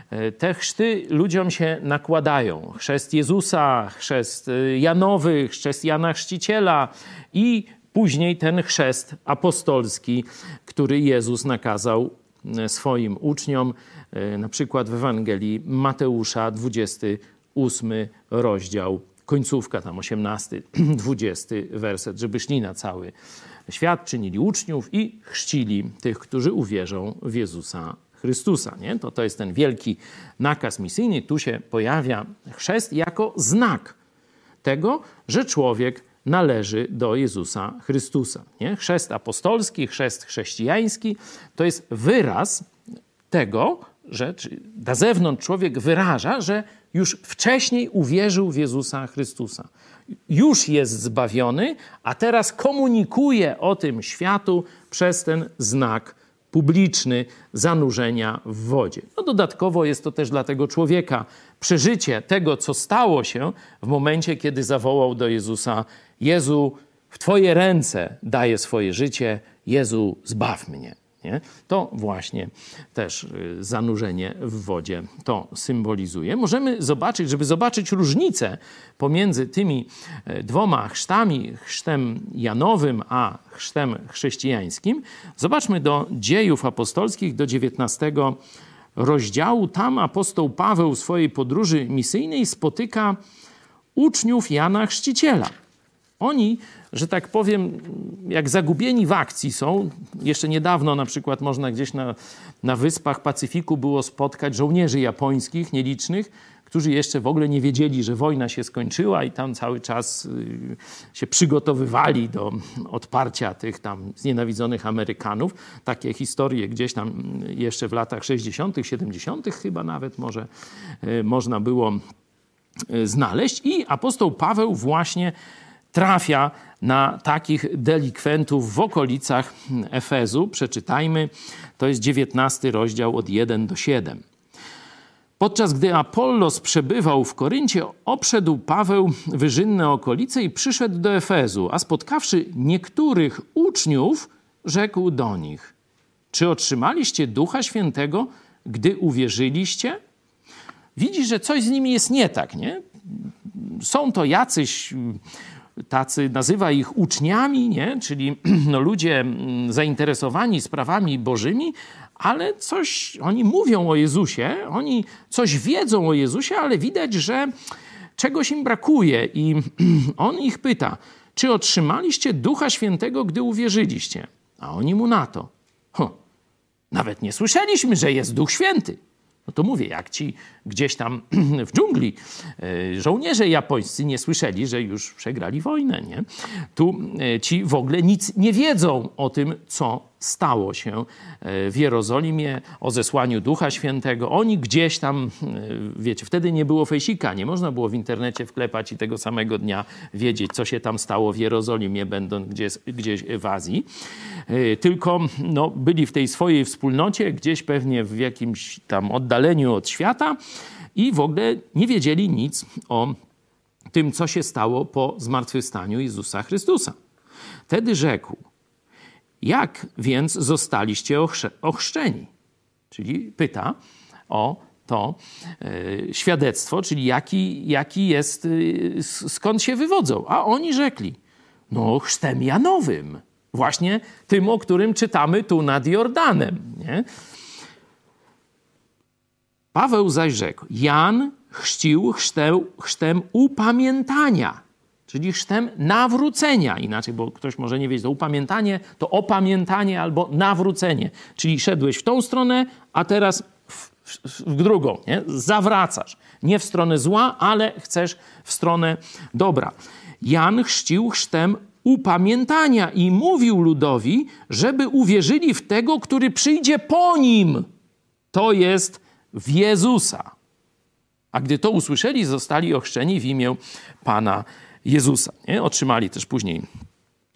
Te chrzty ludziom się nakładają. Chrzest Jezusa, chrzest Janowy, chrzest Jana Chrzciciela i później ten chrzest apostolski, który Jezus nakazał swoim uczniom, na przykład w Ewangelii Mateusza, dwudziesty ósmy rozdział, końcówka, tam osiemnasty, dwudziesty werset, żeby szli na cały świat, czynili uczniów i chrzcili tych, którzy uwierzą w Jezusa Chrystusa. Nie? To, to jest ten wielki nakaz misyjny. Tu się pojawia chrzest jako znak tego, że człowiek należy do Jezusa Chrystusa. Nie? Chrzest apostolski, chrzest chrześcijański to jest wyraz tego, że na zewnątrz człowiek wyraża, że już wcześniej uwierzył w Jezusa Chrystusa. Już jest zbawiony, a teraz komunikuje o tym światu przez ten znak publiczny zanurzenia w wodzie. No dodatkowo jest to też dla tego człowieka przeżycie tego, co stało się w momencie, kiedy zawołał do Jezusa: Jezu, w Twoje ręce daję swoje życie, Jezu, zbaw mnie. Nie? To właśnie też zanurzenie w wodzie to symbolizuje. Możemy zobaczyć, żeby zobaczyć różnicę pomiędzy tymi dwoma chrztami, chrztem janowym a chrztem chrześcijańskim. Zobaczmy do Dziejów Apostolskich, do dziewiętnastego rozdziału. Tam apostoł Paweł w swojej podróży misyjnej spotyka uczniów Jana Chrzciciela. Oni, że tak powiem, jak zagubieni w akcji są. Jeszcze niedawno na przykład można gdzieś na, na wyspach Pacyfiku było spotkać żołnierzy japońskich nielicznych, którzy jeszcze w ogóle nie wiedzieli, że wojna się skończyła i tam cały czas się przygotowywali do odparcia tych tam znienawidzonych Amerykanów. Takie historie gdzieś tam jeszcze w latach sześćdziesiątych, siedemdziesiątych chyba nawet może można było znaleźć. I apostoł Paweł właśnie trafia na takich delikwentów w okolicach Efezu. Przeczytajmy, to jest dziewiętnasty rozdział od pierwszego do siódmego. Podczas gdy Apollos przebywał w Koryncie, obszedł Paweł wyżynne okolice i przyszedł do Efezu, a spotkawszy niektórych uczniów, rzekł do nich: czy otrzymaliście Ducha Świętego, gdy uwierzyliście? Widzi, że coś z nimi jest nie tak, nie? Są to jacyś tacy, nazywa ich uczniami, nie? Czyli no, ludzie zainteresowani sprawami bożymi, ale coś, oni mówią o Jezusie, oni coś wiedzą o Jezusie, ale widać, że czegoś im brakuje. I on ich pyta, czy otrzymaliście Ducha Świętego, gdy uwierzyliście? A oni mu na to: ho, nawet nie słyszeliśmy, że jest Duch Święty. No to mówię, jak ci gdzieś tam w dżungli żołnierze japońscy nie słyszeli, że już przegrali wojnę, nie? Tu ci w ogóle nic nie wiedzą o tym, co stało się w Jerozolimie, o zesłaniu Ducha Świętego. Oni gdzieś tam, wiecie, wtedy nie było fejsika, nie można było w internecie wklepać i tego samego dnia wiedzieć, co się tam stało w Jerozolimie, będąc gdzieś, gdzieś w Azji. Tylko no, byli w tej swojej wspólnocie, gdzieś pewnie w jakimś tam oddaleniu od świata i w ogóle nie wiedzieli nic o tym, co się stało po zmartwychwstaniu Jezusa Chrystusa. Wtedy rzekł: jak więc zostaliście ochrzczeni? Czyli pyta o to e, świadectwo, czyli jaki, jaki jest, e, skąd się wywodzą. A oni rzekli: no chrztem Janowym. Właśnie tym, o którym czytamy tu nad Jordanem. Nie? Paweł zaś rzekł: Jan chrzcił chrztem, chrztem upamiętania, czyli chrztem nawrócenia. Inaczej, bo ktoś może nie wiedzieć, to upamiętanie to opamiętanie albo nawrócenie. Czyli szedłeś w tą stronę, a teraz w, w, w drugą. Nie? Zawracasz. Nie w stronę zła, ale chcesz w stronę dobra. Jan chrzcił chrztem upamiętania i mówił ludowi, żeby uwierzyli w tego, który przyjdzie po nim. To jest w Jezusa. A gdy to usłyszeli, zostali ochrzczeni w imię Pana Jezusa. Nie? Otrzymali też później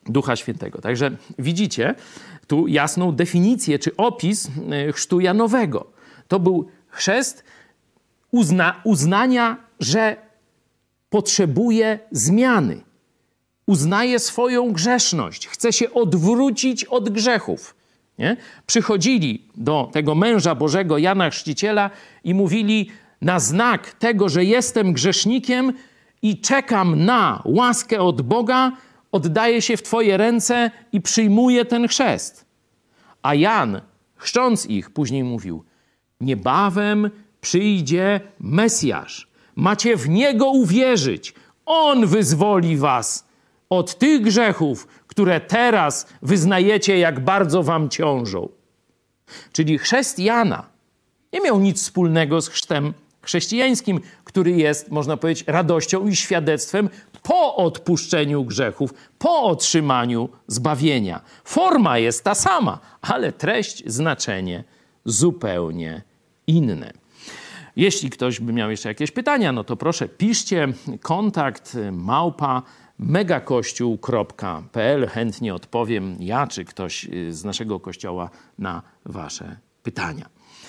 Ducha Świętego. Także widzicie tu jasną definicję czy opis chrztu Janowego. To był chrzest uzna, uznania, że potrzebuje zmiany. Uznaje swoją grzeszność. Chce się odwrócić od grzechów. Nie? Przychodzili do tego męża Bożego, Jana Chrzciciela i mówili: na znak tego, że jestem grzesznikiem i czekam na łaskę od Boga, oddaję się w Twoje ręce i przyjmuję ten chrzest. A Jan, chrzcząc ich, później mówił: niebawem przyjdzie Mesjasz. Macie w Niego uwierzyć. On wyzwoli was od tych grzechów, które teraz wyznajecie, jak bardzo wam ciążą. Czyli chrzest Jana nie miał nic wspólnego z chrztem chrześcijańskim, który jest, można powiedzieć, radością i świadectwem po odpuszczeniu grzechów, po otrzymaniu zbawienia. Forma jest ta sama, ale treść, znaczenie zupełnie inne. Jeśli ktoś by miał jeszcze jakieś pytania, no to proszę piszcie, kontakt małpa megakościół kropka p l. Chętnie odpowiem ja czy ktoś z naszego kościoła na wasze pytania.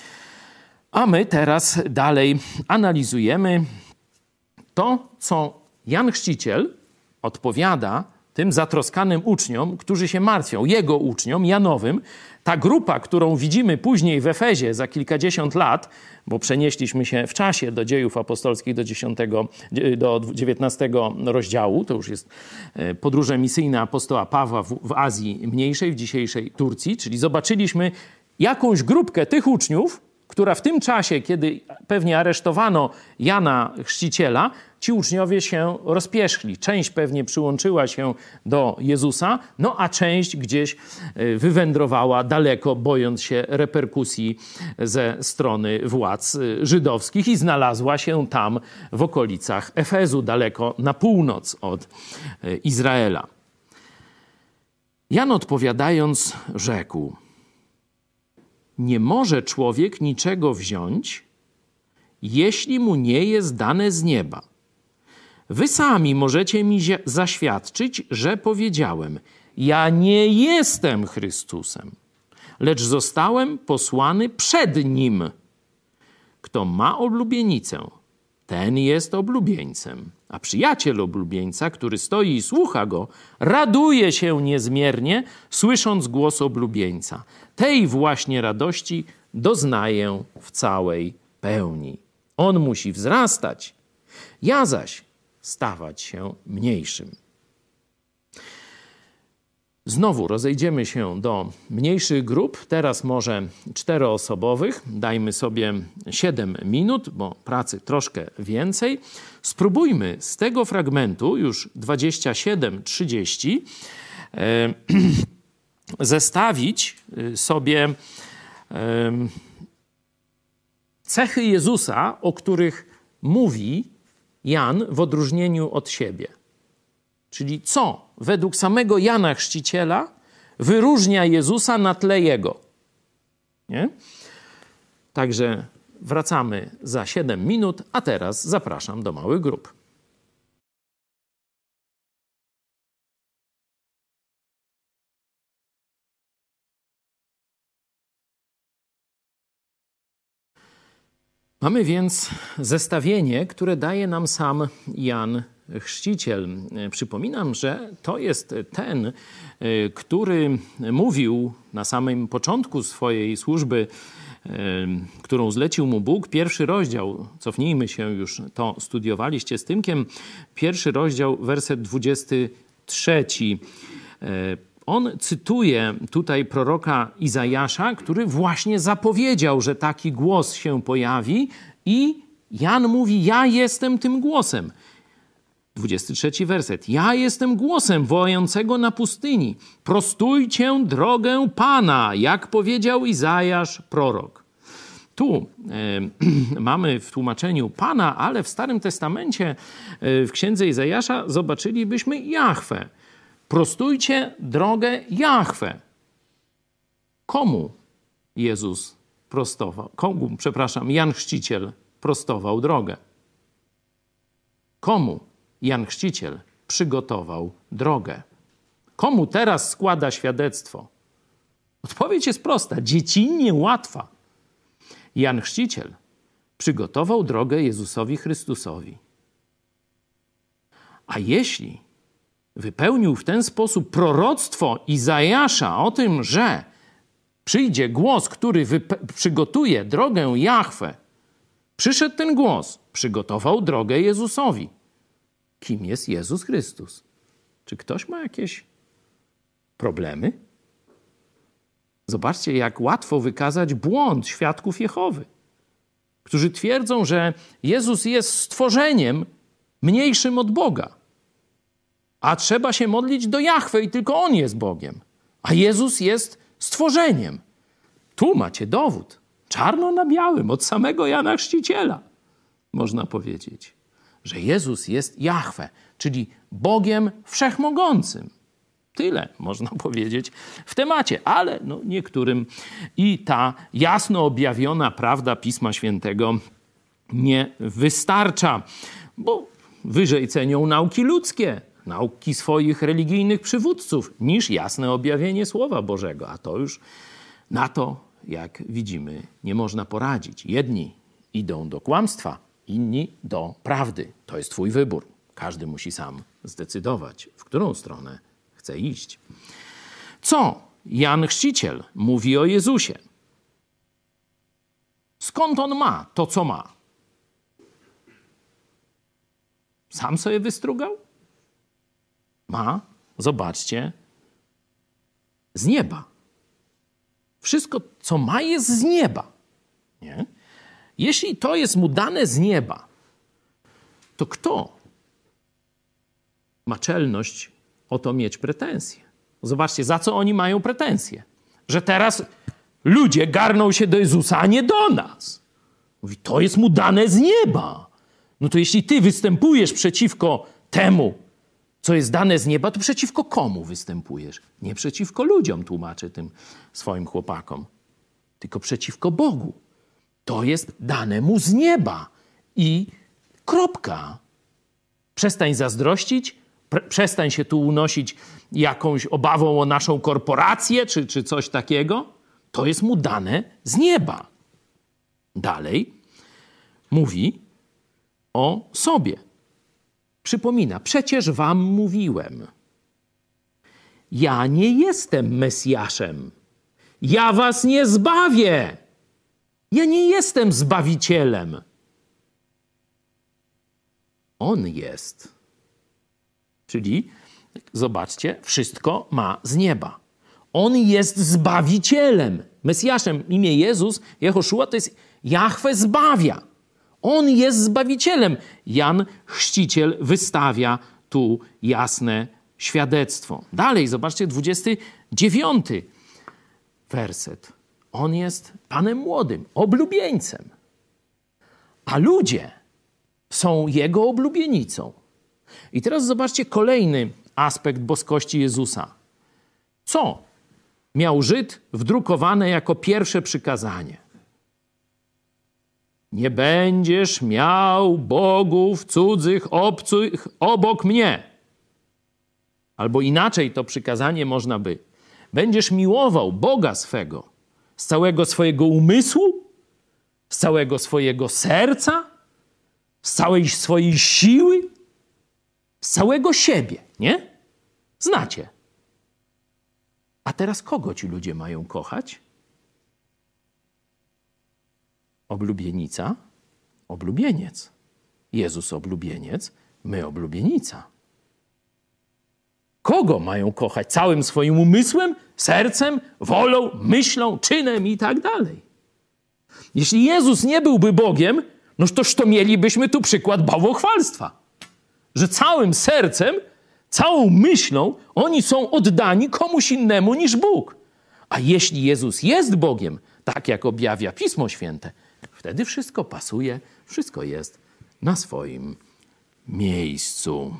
A my teraz dalej analizujemy to, co Jan Chrzciciel odpowiada tym zatroskanym uczniom, którzy się martwią, jego uczniom, Janowym. Ta grupa, którą widzimy później w Efezie za kilkadziesiąt lat, bo przenieśliśmy się w czasie do Dziejów Apostolskich do, dziesiątego, do dziewiętnastego rozdziału, to już jest podróże misyjne apostoła Pawła w, w Azji Mniejszej, w dzisiejszej Turcji, czyli zobaczyliśmy jakąś grupkę tych uczniów, która w tym czasie, kiedy pewnie aresztowano Jana Chrzciciela, ci uczniowie się rozpierzchli. Część pewnie przyłączyła się do Jezusa, no a część gdzieś wywędrowała daleko, bojąc się reperkusji ze strony władz żydowskich i znalazła się tam w okolicach Efezu, daleko na północ od Izraela. Jan odpowiadając rzekł: nie może człowiek niczego wziąć, jeśli mu nie jest dane z nieba. Wy sami możecie mi zaświadczyć, że powiedziałem: ja nie jestem Chrystusem, lecz zostałem posłany przed Nim. Kto ma oblubienicę, ten jest oblubieńcem. A przyjaciel oblubieńca, który stoi i słucha go, raduje się niezmiernie, słysząc głos oblubieńca. Tej właśnie radości doznaję w całej pełni. On musi wzrastać, ja zaś stawać się mniejszym. Znowu rozejdziemy się do mniejszych grup, teraz może czteroosobowych. Dajmy sobie siedem minut, bo pracy troszkę więcej. Spróbujmy z tego fragmentu, już dwadzieścia siedem trzydzieści, e, zestawić sobie e, cechy Jezusa, o których mówi Jan w odróżnieniu od siebie. Czyli co według samego Jana Chrzciciela wyróżnia Jezusa na tle Jego. Nie? Także wracamy za siedem minut, a teraz zapraszam do małych grup. Mamy więc zestawienie, które daje nam sam Jan Chrzciciel. Przypominam, że to jest ten, który mówił na samym początku swojej służby, którą zlecił mu Bóg. Pierwszy rozdział, cofnijmy się już, to studiowaliście z Tymkiem. Pierwszy rozdział, werset dwudziesty trzeci. On cytuje tutaj proroka Izajasza, który właśnie zapowiedział, że taki głos się pojawi i Jan mówi: ja jestem tym głosem. dwudziesty trzeci werset. Ja jestem głosem wołającego na pustyni. Prostujcie drogę Pana, jak powiedział Izajasz prorok. Tu e, mamy w tłumaczeniu Pana, ale w Starym Testamencie, e, w księdze Izajasza zobaczylibyśmy Jahwe. Prostujcie drogę Jahwe. Komu Jezus prostował? Komu, przepraszam, Jan Chrzciciel prostował drogę? Komu Jan Chrzciciel przygotował drogę? Komu teraz składa świadectwo? Odpowiedź jest prosta, dziecinnie łatwa. Jan Chrzciciel przygotował drogę Jezusowi Chrystusowi. A jeśli wypełnił w ten sposób proroctwo Izajasza o tym, że przyjdzie głos, który przygotuje drogę Jahwe, przyszedł ten głos, przygotował drogę Jezusowi. Kim jest Jezus Chrystus? Czy ktoś ma jakieś problemy? Zobaczcie, jak łatwo wykazać błąd świadków Jehowy, którzy twierdzą, że Jezus jest stworzeniem mniejszym od Boga, a trzeba się modlić do Jahwe i tylko On jest Bogiem, a Jezus jest stworzeniem. Tu macie dowód, czarno na białym, od samego Jana Chrzciciela, można powiedzieć, że Jezus jest Jahwe, czyli Bogiem Wszechmogącym. Tyle można powiedzieć w temacie, ale no niektórym i ta jasno objawiona prawda Pisma Świętego nie wystarcza, bo wyżej cenią nauki ludzkie, nauki swoich religijnych przywódców, niż jasne objawienie Słowa Bożego. A to już na to, jak widzimy, nie można poradzić. Jedni idą do kłamstwa, inni do prawdy. To jest twój wybór. Każdy musi sam zdecydować, w którą stronę chce iść. Co Jan Chrzciciel mówi o Jezusie? Skąd on ma to, co ma? Sam sobie wystrugał? Ma, zobaczcie, z nieba. Wszystko, co ma, jest z nieba. Nie? Jeśli to jest mu dane z nieba, to kto ma czelność o to mieć pretensje? Zobaczcie, za co oni mają pretensje. Że teraz ludzie garną się do Jezusa, a nie do nas. Mówi, to jest mu dane z nieba. No to jeśli ty występujesz przeciwko temu, co jest dane z nieba, to przeciwko komu występujesz? Nie przeciwko ludziom, tłumaczę tym swoim chłopakom, tylko przeciwko Bogu. To jest dane mu z nieba. I kropka. Przestań zazdrościć, pre- przestań się tu unosić jakąś obawą o naszą korporację, czy, czy coś takiego. To jest mu dane z nieba. Dalej mówi o sobie. Przypomina, przecież wam mówiłem, ja nie jestem Mesjaszem, ja was nie zbawię, ja nie jestem Zbawicielem. On jest. Czyli, zobaczcie, wszystko ma z nieba. On jest Zbawicielem. Mesjaszem, imię Jezus, Jehoszua, to jest Jahwe zbawia. On jest Zbawicielem. Jan Chrzciciel wystawia tu jasne świadectwo. Dalej, zobaczcie, dwudziesty dziewiąty werset. On jest Panem młodym, oblubieńcem. A ludzie są Jego oblubienicą. I teraz zobaczcie kolejny aspekt boskości Jezusa. Co miał Żyd wdrukowane jako pierwsze przykazanie? Nie będziesz miał bogów cudzych, obcych obok mnie. Albo inaczej to przykazanie można by. Będziesz miłował Boga swego z całego swojego umysłu, z całego swojego serca, z całej swojej siły, z całego siebie, nie? Znacie. A teraz kogo ci ludzie mają kochać? Oblubienica, oblubieniec. Jezus oblubieniec, my oblubienica. Kogo mają kochać? Całym swoim umysłem, sercem, wolą, myślą, czynem i tak dalej. Jeśli Jezus nie byłby Bogiem, no toż to mielibyśmy tu przykład bałwochwalstwa. Że całym sercem, całą myślą oni są oddani komuś innemu niż Bóg. A jeśli Jezus jest Bogiem, tak jak objawia Pismo Święte, wtedy wszystko pasuje, wszystko jest na swoim miejscu.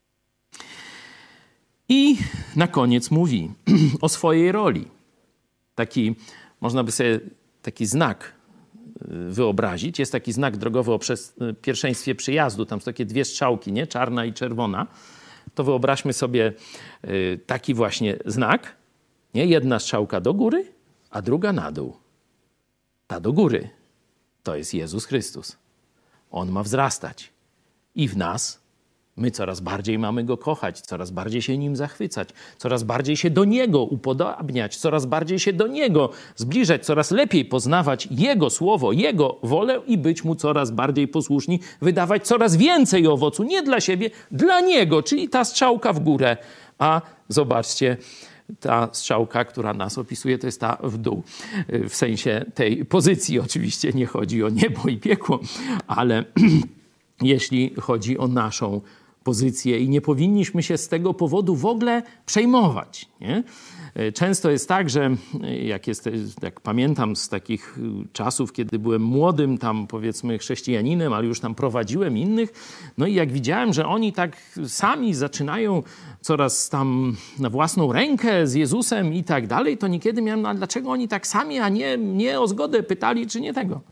I na koniec mówi o swojej roli. Taki, można by sobie taki znak wyobrazić. Jest taki znak drogowy o pierwszeństwie przyjazdu. Tam są takie dwie strzałki, nie? Czarna i czerwona. to wyobraźmy sobie taki właśnie znak. Nie? Jedna strzałka do góry, a druga na dół. Ta do góry to jest Jezus Chrystus. On ma wzrastać. I w nas my coraz bardziej mamy Go kochać, coraz bardziej się Nim zachwycać, coraz bardziej się do Niego upodabniać, coraz bardziej się do Niego zbliżać, coraz lepiej poznawać Jego słowo, Jego wolę i być Mu coraz bardziej posłuszni, wydawać coraz więcej owocu, nie dla siebie, dla Niego, czyli ta strzałka w górę. A zobaczcie, ta strzałka, która nas opisuje, to jest ta w dół. W sensie tej pozycji oczywiście nie chodzi o niebo i piekło, ale jeśli chodzi o naszą pozycję i nie powinniśmy się z tego powodu w ogóle przejmować. Nie? Często jest tak, że jak, jest, jak pamiętam z takich czasów, kiedy byłem młodym tam powiedzmy chrześcijaninem, ale już tam prowadziłem innych, no i jak widziałem, że oni tak sami zaczynają coraz tam na własną rękę z Jezusem i tak dalej, to niekiedy miałem, no a dlaczego oni tak sami, a nie, nie o zgodę pytali, czy nie tego?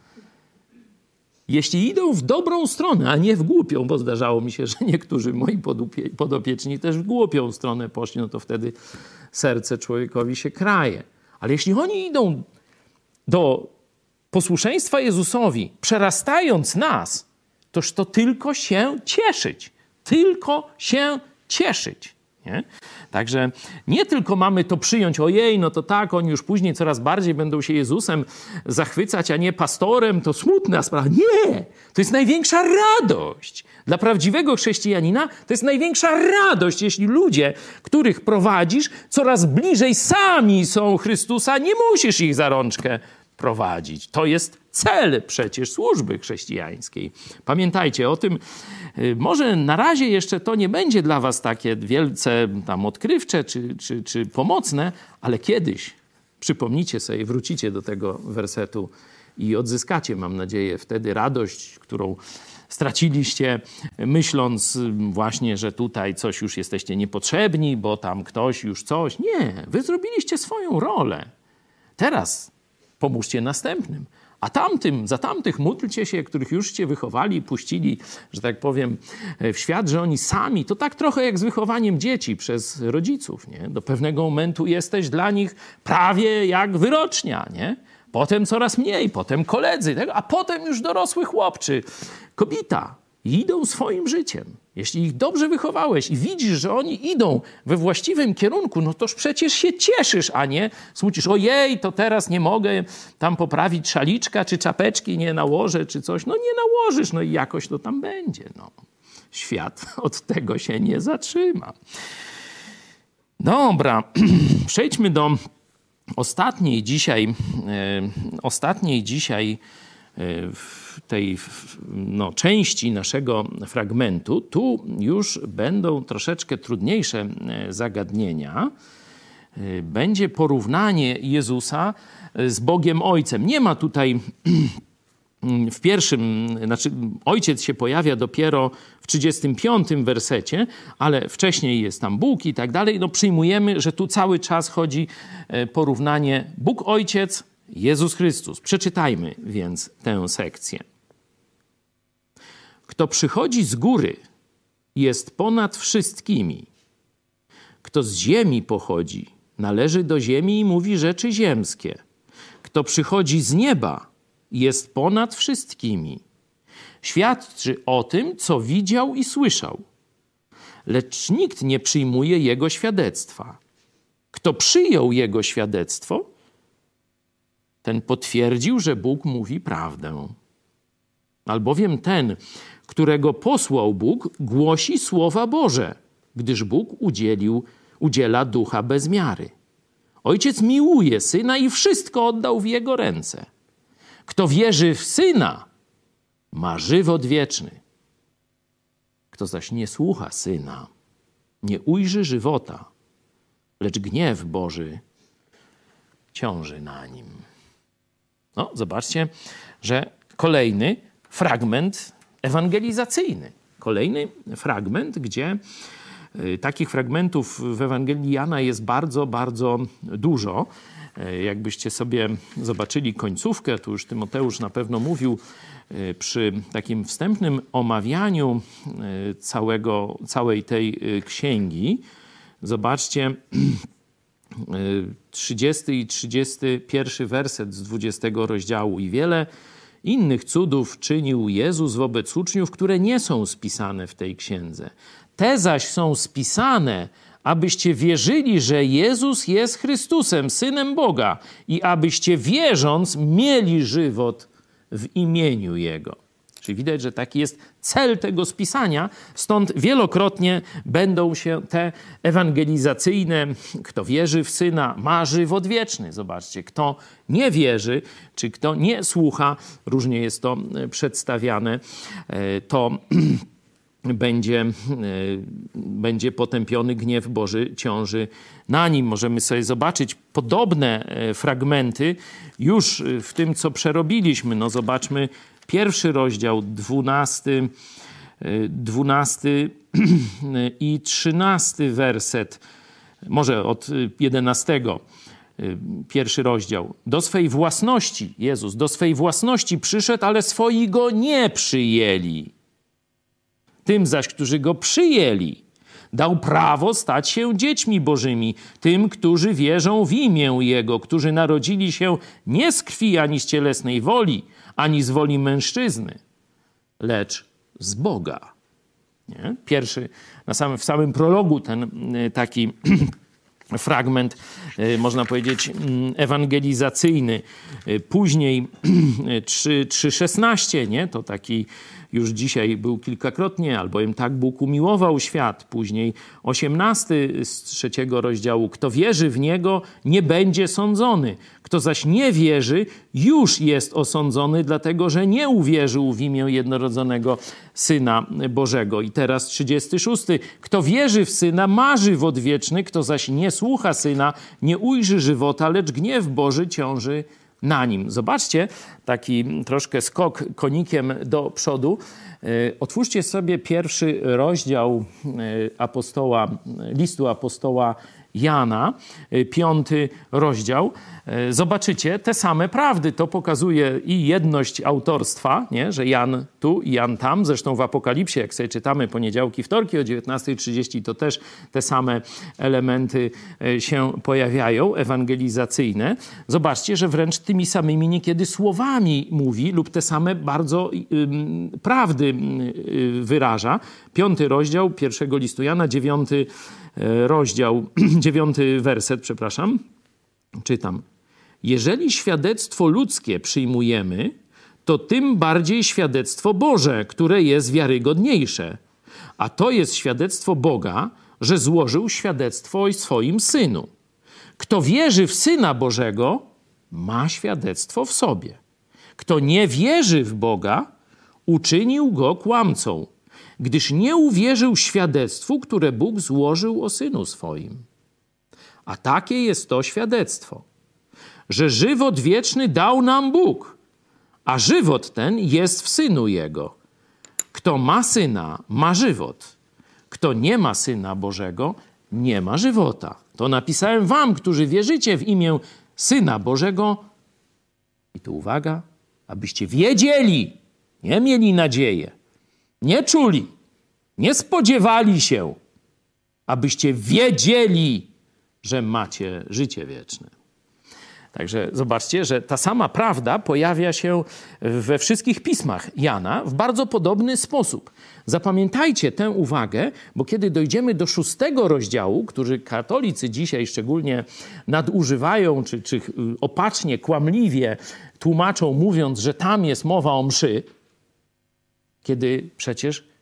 Jeśli idą w dobrą stronę, a nie w głupią, bo zdarzało mi się, że niektórzy moi podupie, podopieczni też w głupią stronę poszli, no to wtedy serce człowiekowi się kraje. Ale jeśli oni idą do posłuszeństwa Jezusowi, przerastając nas, toż to tylko się cieszyć. Tylko się cieszyć. Nie? Także nie tylko mamy to przyjąć, ojej, no to tak, oni już później coraz bardziej będą się Jezusem zachwycać, a nie pastorem, to smutna sprawa. Nie! To jest największa radość. Dla prawdziwego chrześcijanina to jest największa radość, jeśli ludzie, których prowadzisz, coraz bliżej sami są Chrystusa, nie musisz ich za rączkę prowadzić. To jest cel przecież służby chrześcijańskiej. Pamiętajcie o tym. Może na razie jeszcze to nie będzie dla was takie wielce tam odkrywcze czy, czy, czy pomocne, ale kiedyś przypomnicie sobie, wrócicie do tego wersetu i odzyskacie, mam nadzieję, wtedy radość, którą straciliście, myśląc właśnie, że tutaj coś już jesteście niepotrzebni, bo tam ktoś już coś. Nie, wy zrobiliście swoją rolę. Teraz pomóżcie następnym. A tamtym, za tamtych módlcie się, których już cię wychowali, puścili, że tak powiem, w świat, że oni sami, to tak trochę jak z wychowaniem dzieci przez rodziców, nie? Do pewnego momentu jesteś dla nich prawie jak wyrocznia, nie? Potem coraz mniej, potem koledzy, tego, a potem już dorosły chłop czy kobieta. Idą swoim życiem. Jeśli ich dobrze wychowałeś i widzisz, że oni idą we właściwym kierunku, no toż przecież się cieszysz, a nie smucisz. Ojej, to teraz nie mogę tam poprawić szaliczka, czy czapeczki nie nałożę, czy coś. No nie nałożysz, no i jakoś to tam będzie. No. Świat od tego się nie zatrzyma. Dobra, przejdźmy do ostatniej dzisiaj, e, ostatniej dzisiaj w tej no, części naszego fragmentu. Tu już będą troszeczkę trudniejsze zagadnienia. Będzie porównanie Jezusa z Bogiem Ojcem. Nie ma tutaj w pierwszym, znaczy Ojciec się pojawia dopiero w trzydziestym piątym wersecie, ale wcześniej jest tam Bóg i tak dalej. No przyjmujemy, że tu cały czas chodzi porównanie Bóg Ojciec, Jezus Chrystus. Przeczytajmy więc tę sekcję. Kto przychodzi z góry, jest ponad wszystkimi. Kto z ziemi pochodzi, należy do ziemi i mówi rzeczy ziemskie. Kto przychodzi z nieba, jest ponad wszystkimi. Świadczy o tym, co widział i słyszał. Lecz nikt nie przyjmuje jego świadectwa. Kto przyjął jego świadectwo, ten potwierdził, że Bóg mówi prawdę. Albowiem ten, którego posłał Bóg, głosi słowa Boże, gdyż Bóg udzielił, udziela ducha bez miary. Ojciec miłuje Syna i wszystko oddał w Jego ręce. Kto wierzy w Syna, ma żywot wieczny. Kto zaś nie słucha Syna, nie ujrzy żywota, lecz gniew Boży ciąży na nim. No, zobaczcie, że kolejny fragment ewangelizacyjny. Kolejny fragment, gdzie Takich fragmentów w Ewangelii Jana jest bardzo, bardzo dużo. Jakbyście sobie zobaczyli końcówkę, tu już Tymoteusz na pewno mówił przy takim wstępnym omawianiu całego, całej tej księgi. Zobaczcie trzydziesty i trzydziesty pierwszy werset z dwudziestego rozdziału. I wiele innych cudów czynił Jezus wobec uczniów, które nie są spisane w tej księdze. Te zaś są spisane, abyście wierzyli, że Jezus jest Chrystusem, Synem Boga i abyście wierząc mieli żywot w imieniu Jego. Czyli widać, że taki jest cel tego spisania, stąd wielokrotnie będą się te ewangelizacyjne, kto wierzy w Syna, ma żywot wieczny. Zobaczcie, kto nie wierzy, czy kto nie słucha, różnie jest to przedstawiane, to będzie, będzie potępiony gniew Boży ciąży na nim. Możemy sobie zobaczyć podobne fragmenty już w tym, co przerobiliśmy. No zobaczmy pierwszy rozdział, dwunasty, dwunasty i trzynasty werset, może od jedenastego. Pierwszy rozdział. Do swej własności, Jezus, do swej własności przyszedł, ale swoi go nie przyjęli. Tym zaś, którzy go przyjęli, dał prawo stać się dziećmi bożymi, tym, którzy wierzą w imię Jego, którzy narodzili się nie z krwi, ani z cielesnej woli, ani z woli mężczyzny, lecz z Boga. Nie? Pierwszy, na samym, w samym prologu ten taki fragment, można powiedzieć, ewangelizacyjny. Później trzy szesnaście, nie? To taki już dzisiaj był kilkakrotnie, albowiem tak Bóg umiłował świat. Później osiemnasty z trzeciego rozdziału. Kto wierzy w Niego, nie będzie sądzony. Kto zaś nie wierzy, już jest osądzony, dlatego że nie uwierzył w imię jednorodzonego Syna Bożego. I teraz trzydziesty szósty. Kto wierzy w Syna, ma żywot wieczny. Kto zaś nie słucha Syna, nie ujrzy żywota, lecz gniew Boży ciąży na nim. Zobaczcie, taki troszkę skok konikiem do przodu. Otwórzcie sobie pierwszy rozdział apostoła, listu apostoła Jana, piąty rozdział. Zobaczycie te same prawdy. To pokazuje i jedność autorstwa, nie? Że Jan tu i Jan tam. Zresztą w Apokalipsie, jak sobie czytamy poniedziałki, wtorki o dziewiętnasta trzydzieści, to też te same elementy się pojawiają, ewangelizacyjne. Zobaczcie, że wręcz tymi samymi niekiedy słowami mówi lub te same bardzo ym, prawdy yy, wyraża. Piąty rozdział pierwszego listu Jana, dziewiąty rozdział, dziewiąty werset, przepraszam, czytam. Jeżeli świadectwo ludzkie przyjmujemy, to tym bardziej świadectwo Boże, które jest wiarygodniejsze. A to jest świadectwo Boga, że złożył świadectwo o swoim Synu. Kto wierzy w Syna Bożego, ma świadectwo w sobie. Kto nie wierzy w Boga, uczynił go kłamcą, gdyż nie uwierzył świadectwu, które Bóg złożył o Synu swoim. A takie jest to świadectwo, że żywot wieczny dał nam Bóg, a żywot ten jest w Synu Jego. Kto ma Syna, ma żywot. Kto nie ma Syna Bożego, nie ma żywota. To napisałem wam, którzy wierzycie w imię Syna Bożego. I tu uwaga, abyście wiedzieli, nie mieli nadzieję, nie czuli, nie spodziewali się, abyście wiedzieli, że macie życie wieczne. Także zobaczcie, że ta sama prawda pojawia się we wszystkich pismach Jana w bardzo podobny sposób. Zapamiętajcie tę uwagę, bo kiedy dojdziemy do szóstego rozdziału, który katolicy dzisiaj szczególnie nadużywają, czy, czy opacznie, kłamliwie tłumaczą, mówiąc, że tam jest mowa o mszy, kiedy przecież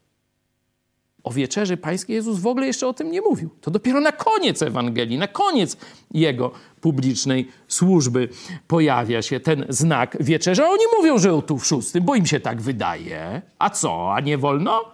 o wieczerzy pańskiej Jezus w ogóle jeszcze o tym nie mówił. To dopiero na koniec Ewangelii, na koniec Jego publicznej służby pojawia się ten znak wieczerzy. A oni mówią, że tu w szóstym, bo im się tak wydaje. A co, a nie wolno?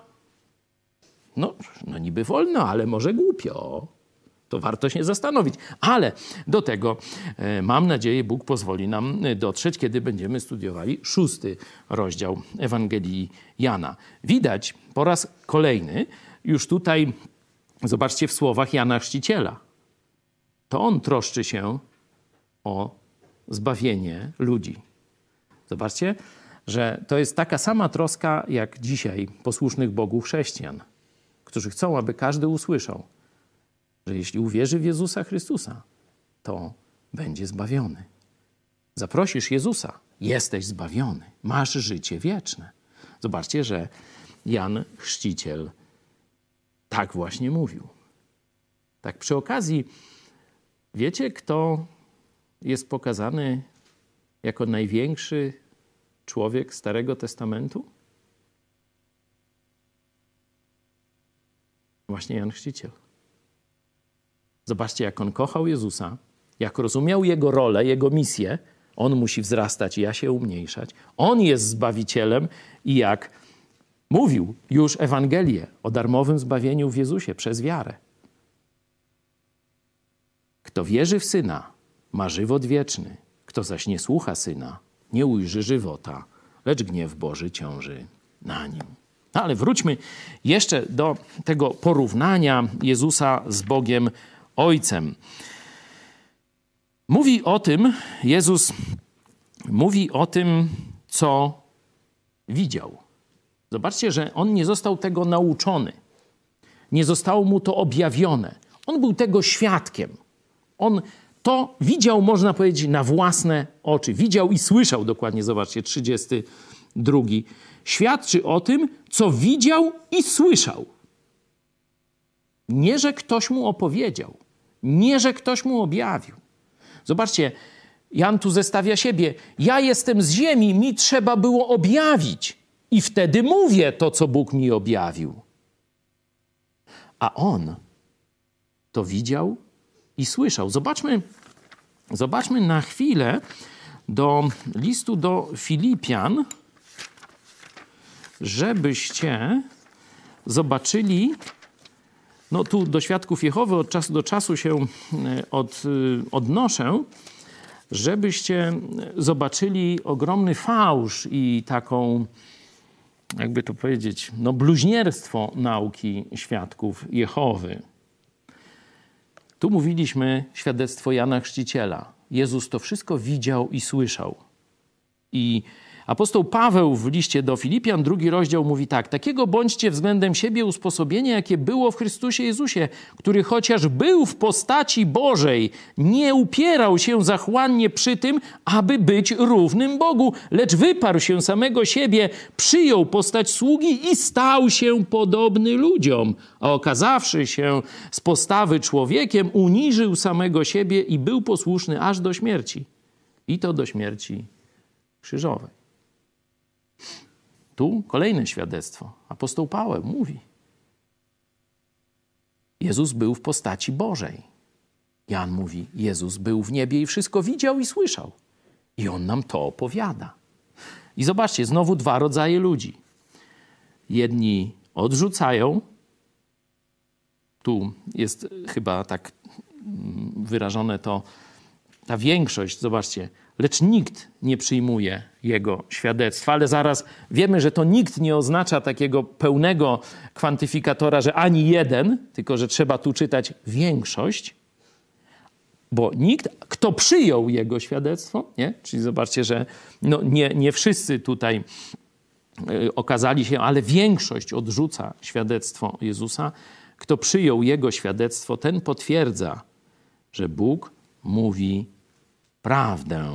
No, no niby wolno, ale może głupio. To warto się zastanowić. Ale do tego, e, mam nadzieję, Bóg pozwoli nam dotrzeć, kiedy będziemy studiowali szósty rozdział Ewangelii Jana. Widać po raz kolejny już tutaj Zobaczcie w słowach Jana Chrzciciela. To on troszczy się o zbawienie ludzi. Zobaczcie, że to jest taka sama troska jak dzisiaj posłusznych Bogu chrześcijan, którzy chcą, aby każdy usłyszał, że jeśli uwierzy w Jezusa Chrystusa, to będzie zbawiony. Zaprosisz Jezusa, jesteś zbawiony, masz życie wieczne. Zobaczcie, że Jan Chrzciciel tak właśnie mówił. Tak przy okazji, wiecie, kto jest pokazany jako największy człowiek Starego Testamentu? Właśnie Jan Chrzciciel. Zobaczcie, jak on kochał Jezusa, jak rozumiał Jego rolę, Jego misję. On musi wzrastać, ja się umniejszać. On jest Zbawicielem i jak mówił już Ewangelię o darmowym zbawieniu w Jezusie przez wiarę. Kto wierzy w Syna, ma żywot wieczny. Kto zaś nie słucha Syna, nie ujrzy żywota, lecz gniew Boży ciąży na nim. No ale wróćmy jeszcze do tego porównania Jezusa z Bogiem Ojcem. Mówi o tym, Jezus mówi o tym, co widział. Zobaczcie, że on nie został tego nauczony. Nie zostało mu to objawione. On był tego świadkiem. On to widział, można powiedzieć, na własne oczy. Widział i słyszał, dokładnie, zobaczcie, trzydziesty drugi. Świadczy o tym, co widział i słyszał. Nie, że ktoś mu opowiedział. Nie, że ktoś mu objawił. Zobaczcie, Jan tu zestawia siebie. Ja jestem z ziemi, mi trzeba było objawić. I wtedy mówię to, co Bóg mi objawił. A on to widział i słyszał. Zobaczmy, zobaczmy na chwilę do listu do Filipian, żebyście zobaczyli, no tu do świadków Jehowy od czasu do czasu się od, odnoszę, żebyście zobaczyli ogromny fałsz i taką, jakby to powiedzieć, no bluźnierstwo nauki świadków Jehowy. Tu mówiliśmy świadectwo Jana Chrzciciela. Jezus to wszystko widział i słyszał. I apostoł Paweł w liście do Filipian, drugi rozdział, mówi tak: takiego bądźcie względem siebie usposobienia, jakie było w Chrystusie Jezusie, który chociaż był w postaci Bożej, nie upierał się zachłannie przy tym, aby być równym Bogu, lecz wyparł się samego siebie, przyjął postać sługi i stał się podobny ludziom. A okazawszy się z postawy człowiekiem, uniżył samego siebie i był posłuszny aż do śmierci. I to do śmierci krzyżowej. Tu kolejne świadectwo. Apostoł Paweł mówi: Jezus był w postaci Bożej. Jan mówi: Jezus był w niebie i wszystko widział i słyszał. I on nam to opowiada. I zobaczcie, znowu dwa rodzaje ludzi. Jedni odrzucają. Tu jest chyba tak wyrażone to, ta większość, zobaczcie, lecz nikt nie przyjmuje jego świadectwa, ale zaraz wiemy, że to nikt nie oznacza takiego pełnego kwantyfikatora, że ani jeden, tylko że trzeba tu czytać większość, bo nikt, kto przyjął jego świadectwo, nie? Czyli zobaczcie, że no nie, nie wszyscy tutaj y, okazali się, ale większość odrzuca świadectwo Jezusa. Kto przyjął jego świadectwo, ten potwierdza, że Bóg mówi prawdę.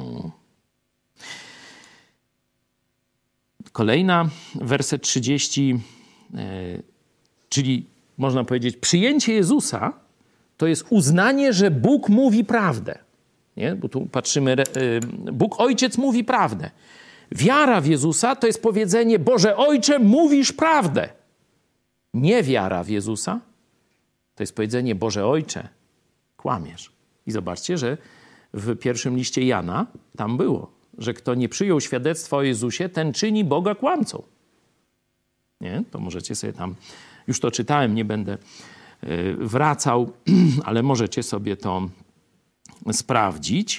Kolejna, werset trzydziesty, czyli można powiedzieć, przyjęcie Jezusa to jest uznanie, że Bóg mówi prawdę. Nie? Bo tu patrzymy, Bóg Ojciec mówi prawdę. Wiara w Jezusa to jest powiedzenie: Boże Ojcze, mówisz prawdę. Niewiara w Jezusa to jest powiedzenie: Boże Ojcze, kłamiesz. I zobaczcie, że w pierwszym liście Jana tam było, że kto nie przyjął świadectwa o Jezusie, ten czyni Boga kłamcą. Nie? To możecie sobie tam, już to czytałem, nie będę wracał, ale możecie sobie to sprawdzić.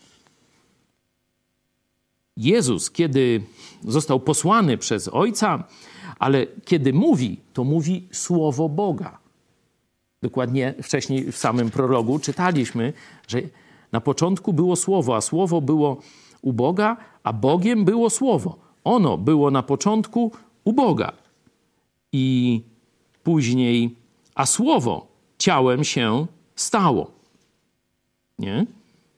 Jezus, kiedy został posłany przez Ojca, ale kiedy mówi, to mówi słowo Boga. Dokładnie wcześniej w samym prologu czytaliśmy, że na początku było Słowo, a Słowo było u Boga, a Bogiem było Słowo. Ono było na początku u Boga. I później, a Słowo ciałem się stało. Nie?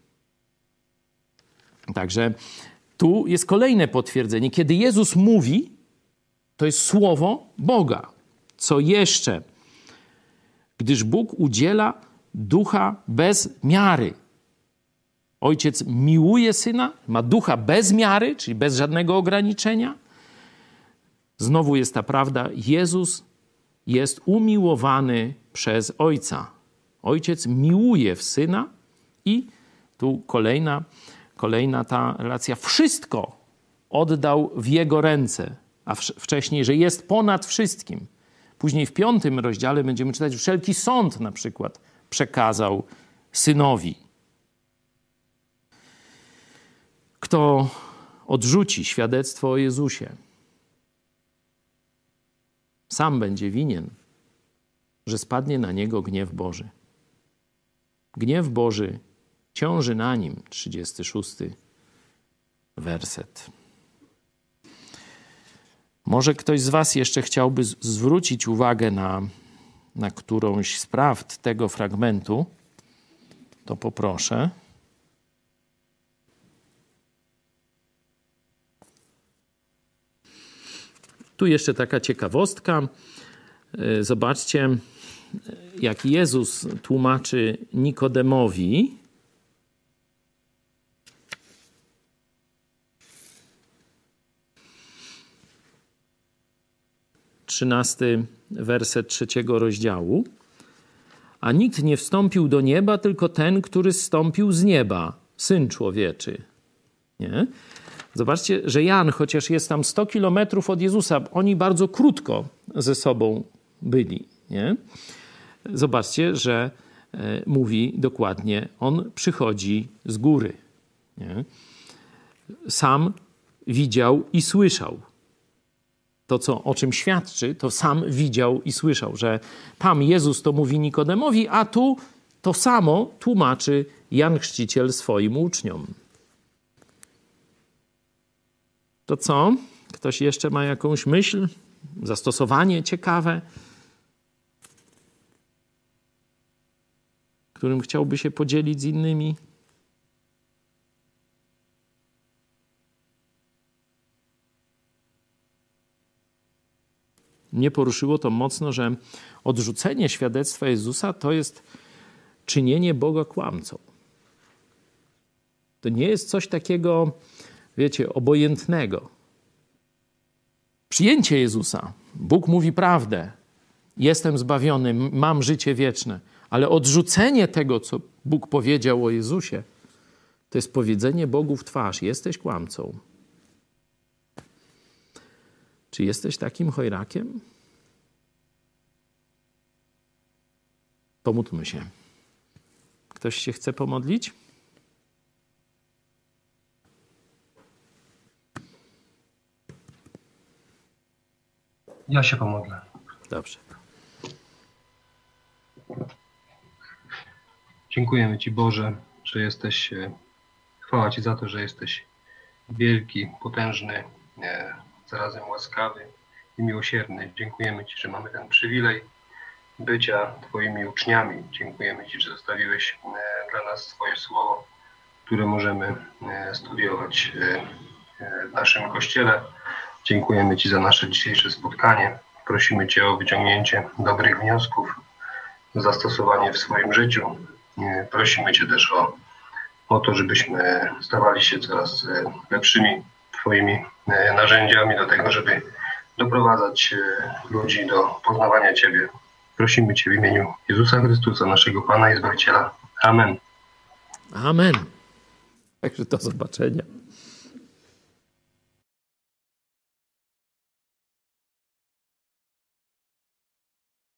Także tu jest kolejne potwierdzenie. Kiedy Jezus mówi, to jest Słowo Boga. Co jeszcze? Gdyż Bóg udziela ducha bez miary. Ojciec miłuje Syna, ma ducha bez miary, czyli bez żadnego ograniczenia. Znowu jest ta prawda, Jezus jest umiłowany przez Ojca. Ojciec miłuje w Syna i tu kolejna, kolejna ta relacja. Wszystko oddał w Jego ręce, a wcześniej, że jest ponad wszystkim. Później w piątym rozdziale będziemy czytać, że wszelki sąd na przykład przekazał Synowi. Kto odrzuci świadectwo o Jezusie, sam będzie winien, że spadnie na niego gniew Boży. Gniew Boży ciąży na nim. trzydziesty szósty werset. Może ktoś z was jeszcze chciałby zwrócić uwagę na, na którąś z prawd tego fragmentu, to poproszę. Tu jeszcze taka ciekawostka. Zobaczcie, jak Jezus tłumaczy Nikodemowi. Trzynasty werset trzeciego rozdziału. A nikt nie wstąpił do nieba, tylko ten, który zstąpił z nieba, Syn Człowieczy. Nie? Zobaczcie, że Jan, chociaż jest tam sto kilometrów od Jezusa, oni bardzo krótko ze sobą byli. Nie? Zobaczcie, że e, mówi dokładnie, on przychodzi z góry. Nie? Sam widział i słyszał. To, co, o czym świadczy, to sam widział i słyszał, że tam Jezus to mówi Nikodemowi, a tu to samo tłumaczy Jan Chrzciciel swoim uczniom. To co? Ktoś jeszcze ma jakąś myśl? Zastosowanie ciekawe? Którym chciałby się podzielić z innymi? Mnie poruszyło to mocno, że odrzucenie świadectwa Jezusa to jest czynienie Boga kłamcą. To nie jest coś takiego, wiecie, obojętnego. Przyjęcie Jezusa. Bóg mówi prawdę. Jestem zbawiony, mam życie wieczne. Ale odrzucenie tego, co Bóg powiedział o Jezusie, to jest powiedzenie Bogu w twarz. Jesteś kłamcą. Czy jesteś takim chojrakiem? Pomódlmy się. Ktoś się chce pomodlić? Ja się pomodlę. Dobrze. Dziękujemy Ci, Boże, że jesteś, chwała Ci za to, że jesteś wielki, potężny, zarazem łaskawy i miłosierny. Dziękujemy Ci, że mamy ten przywilej bycia Twoimi uczniami. Dziękujemy Ci, że zostawiłeś dla nas Twoje słowo, które możemy studiować w naszym Kościele. Dziękujemy Ci za nasze dzisiejsze spotkanie. Prosimy Cię o wyciągnięcie dobrych wniosków, zastosowanie w swoim życiu. Prosimy Cię też o, o to, żebyśmy stawali się coraz lepszymi Twoimi narzędziami do tego, żeby doprowadzać ludzi do poznawania Ciebie. Prosimy Cię w imieniu Jezusa Chrystusa, naszego Pana i Zbawiciela. Amen. Amen. Także do zobaczenia.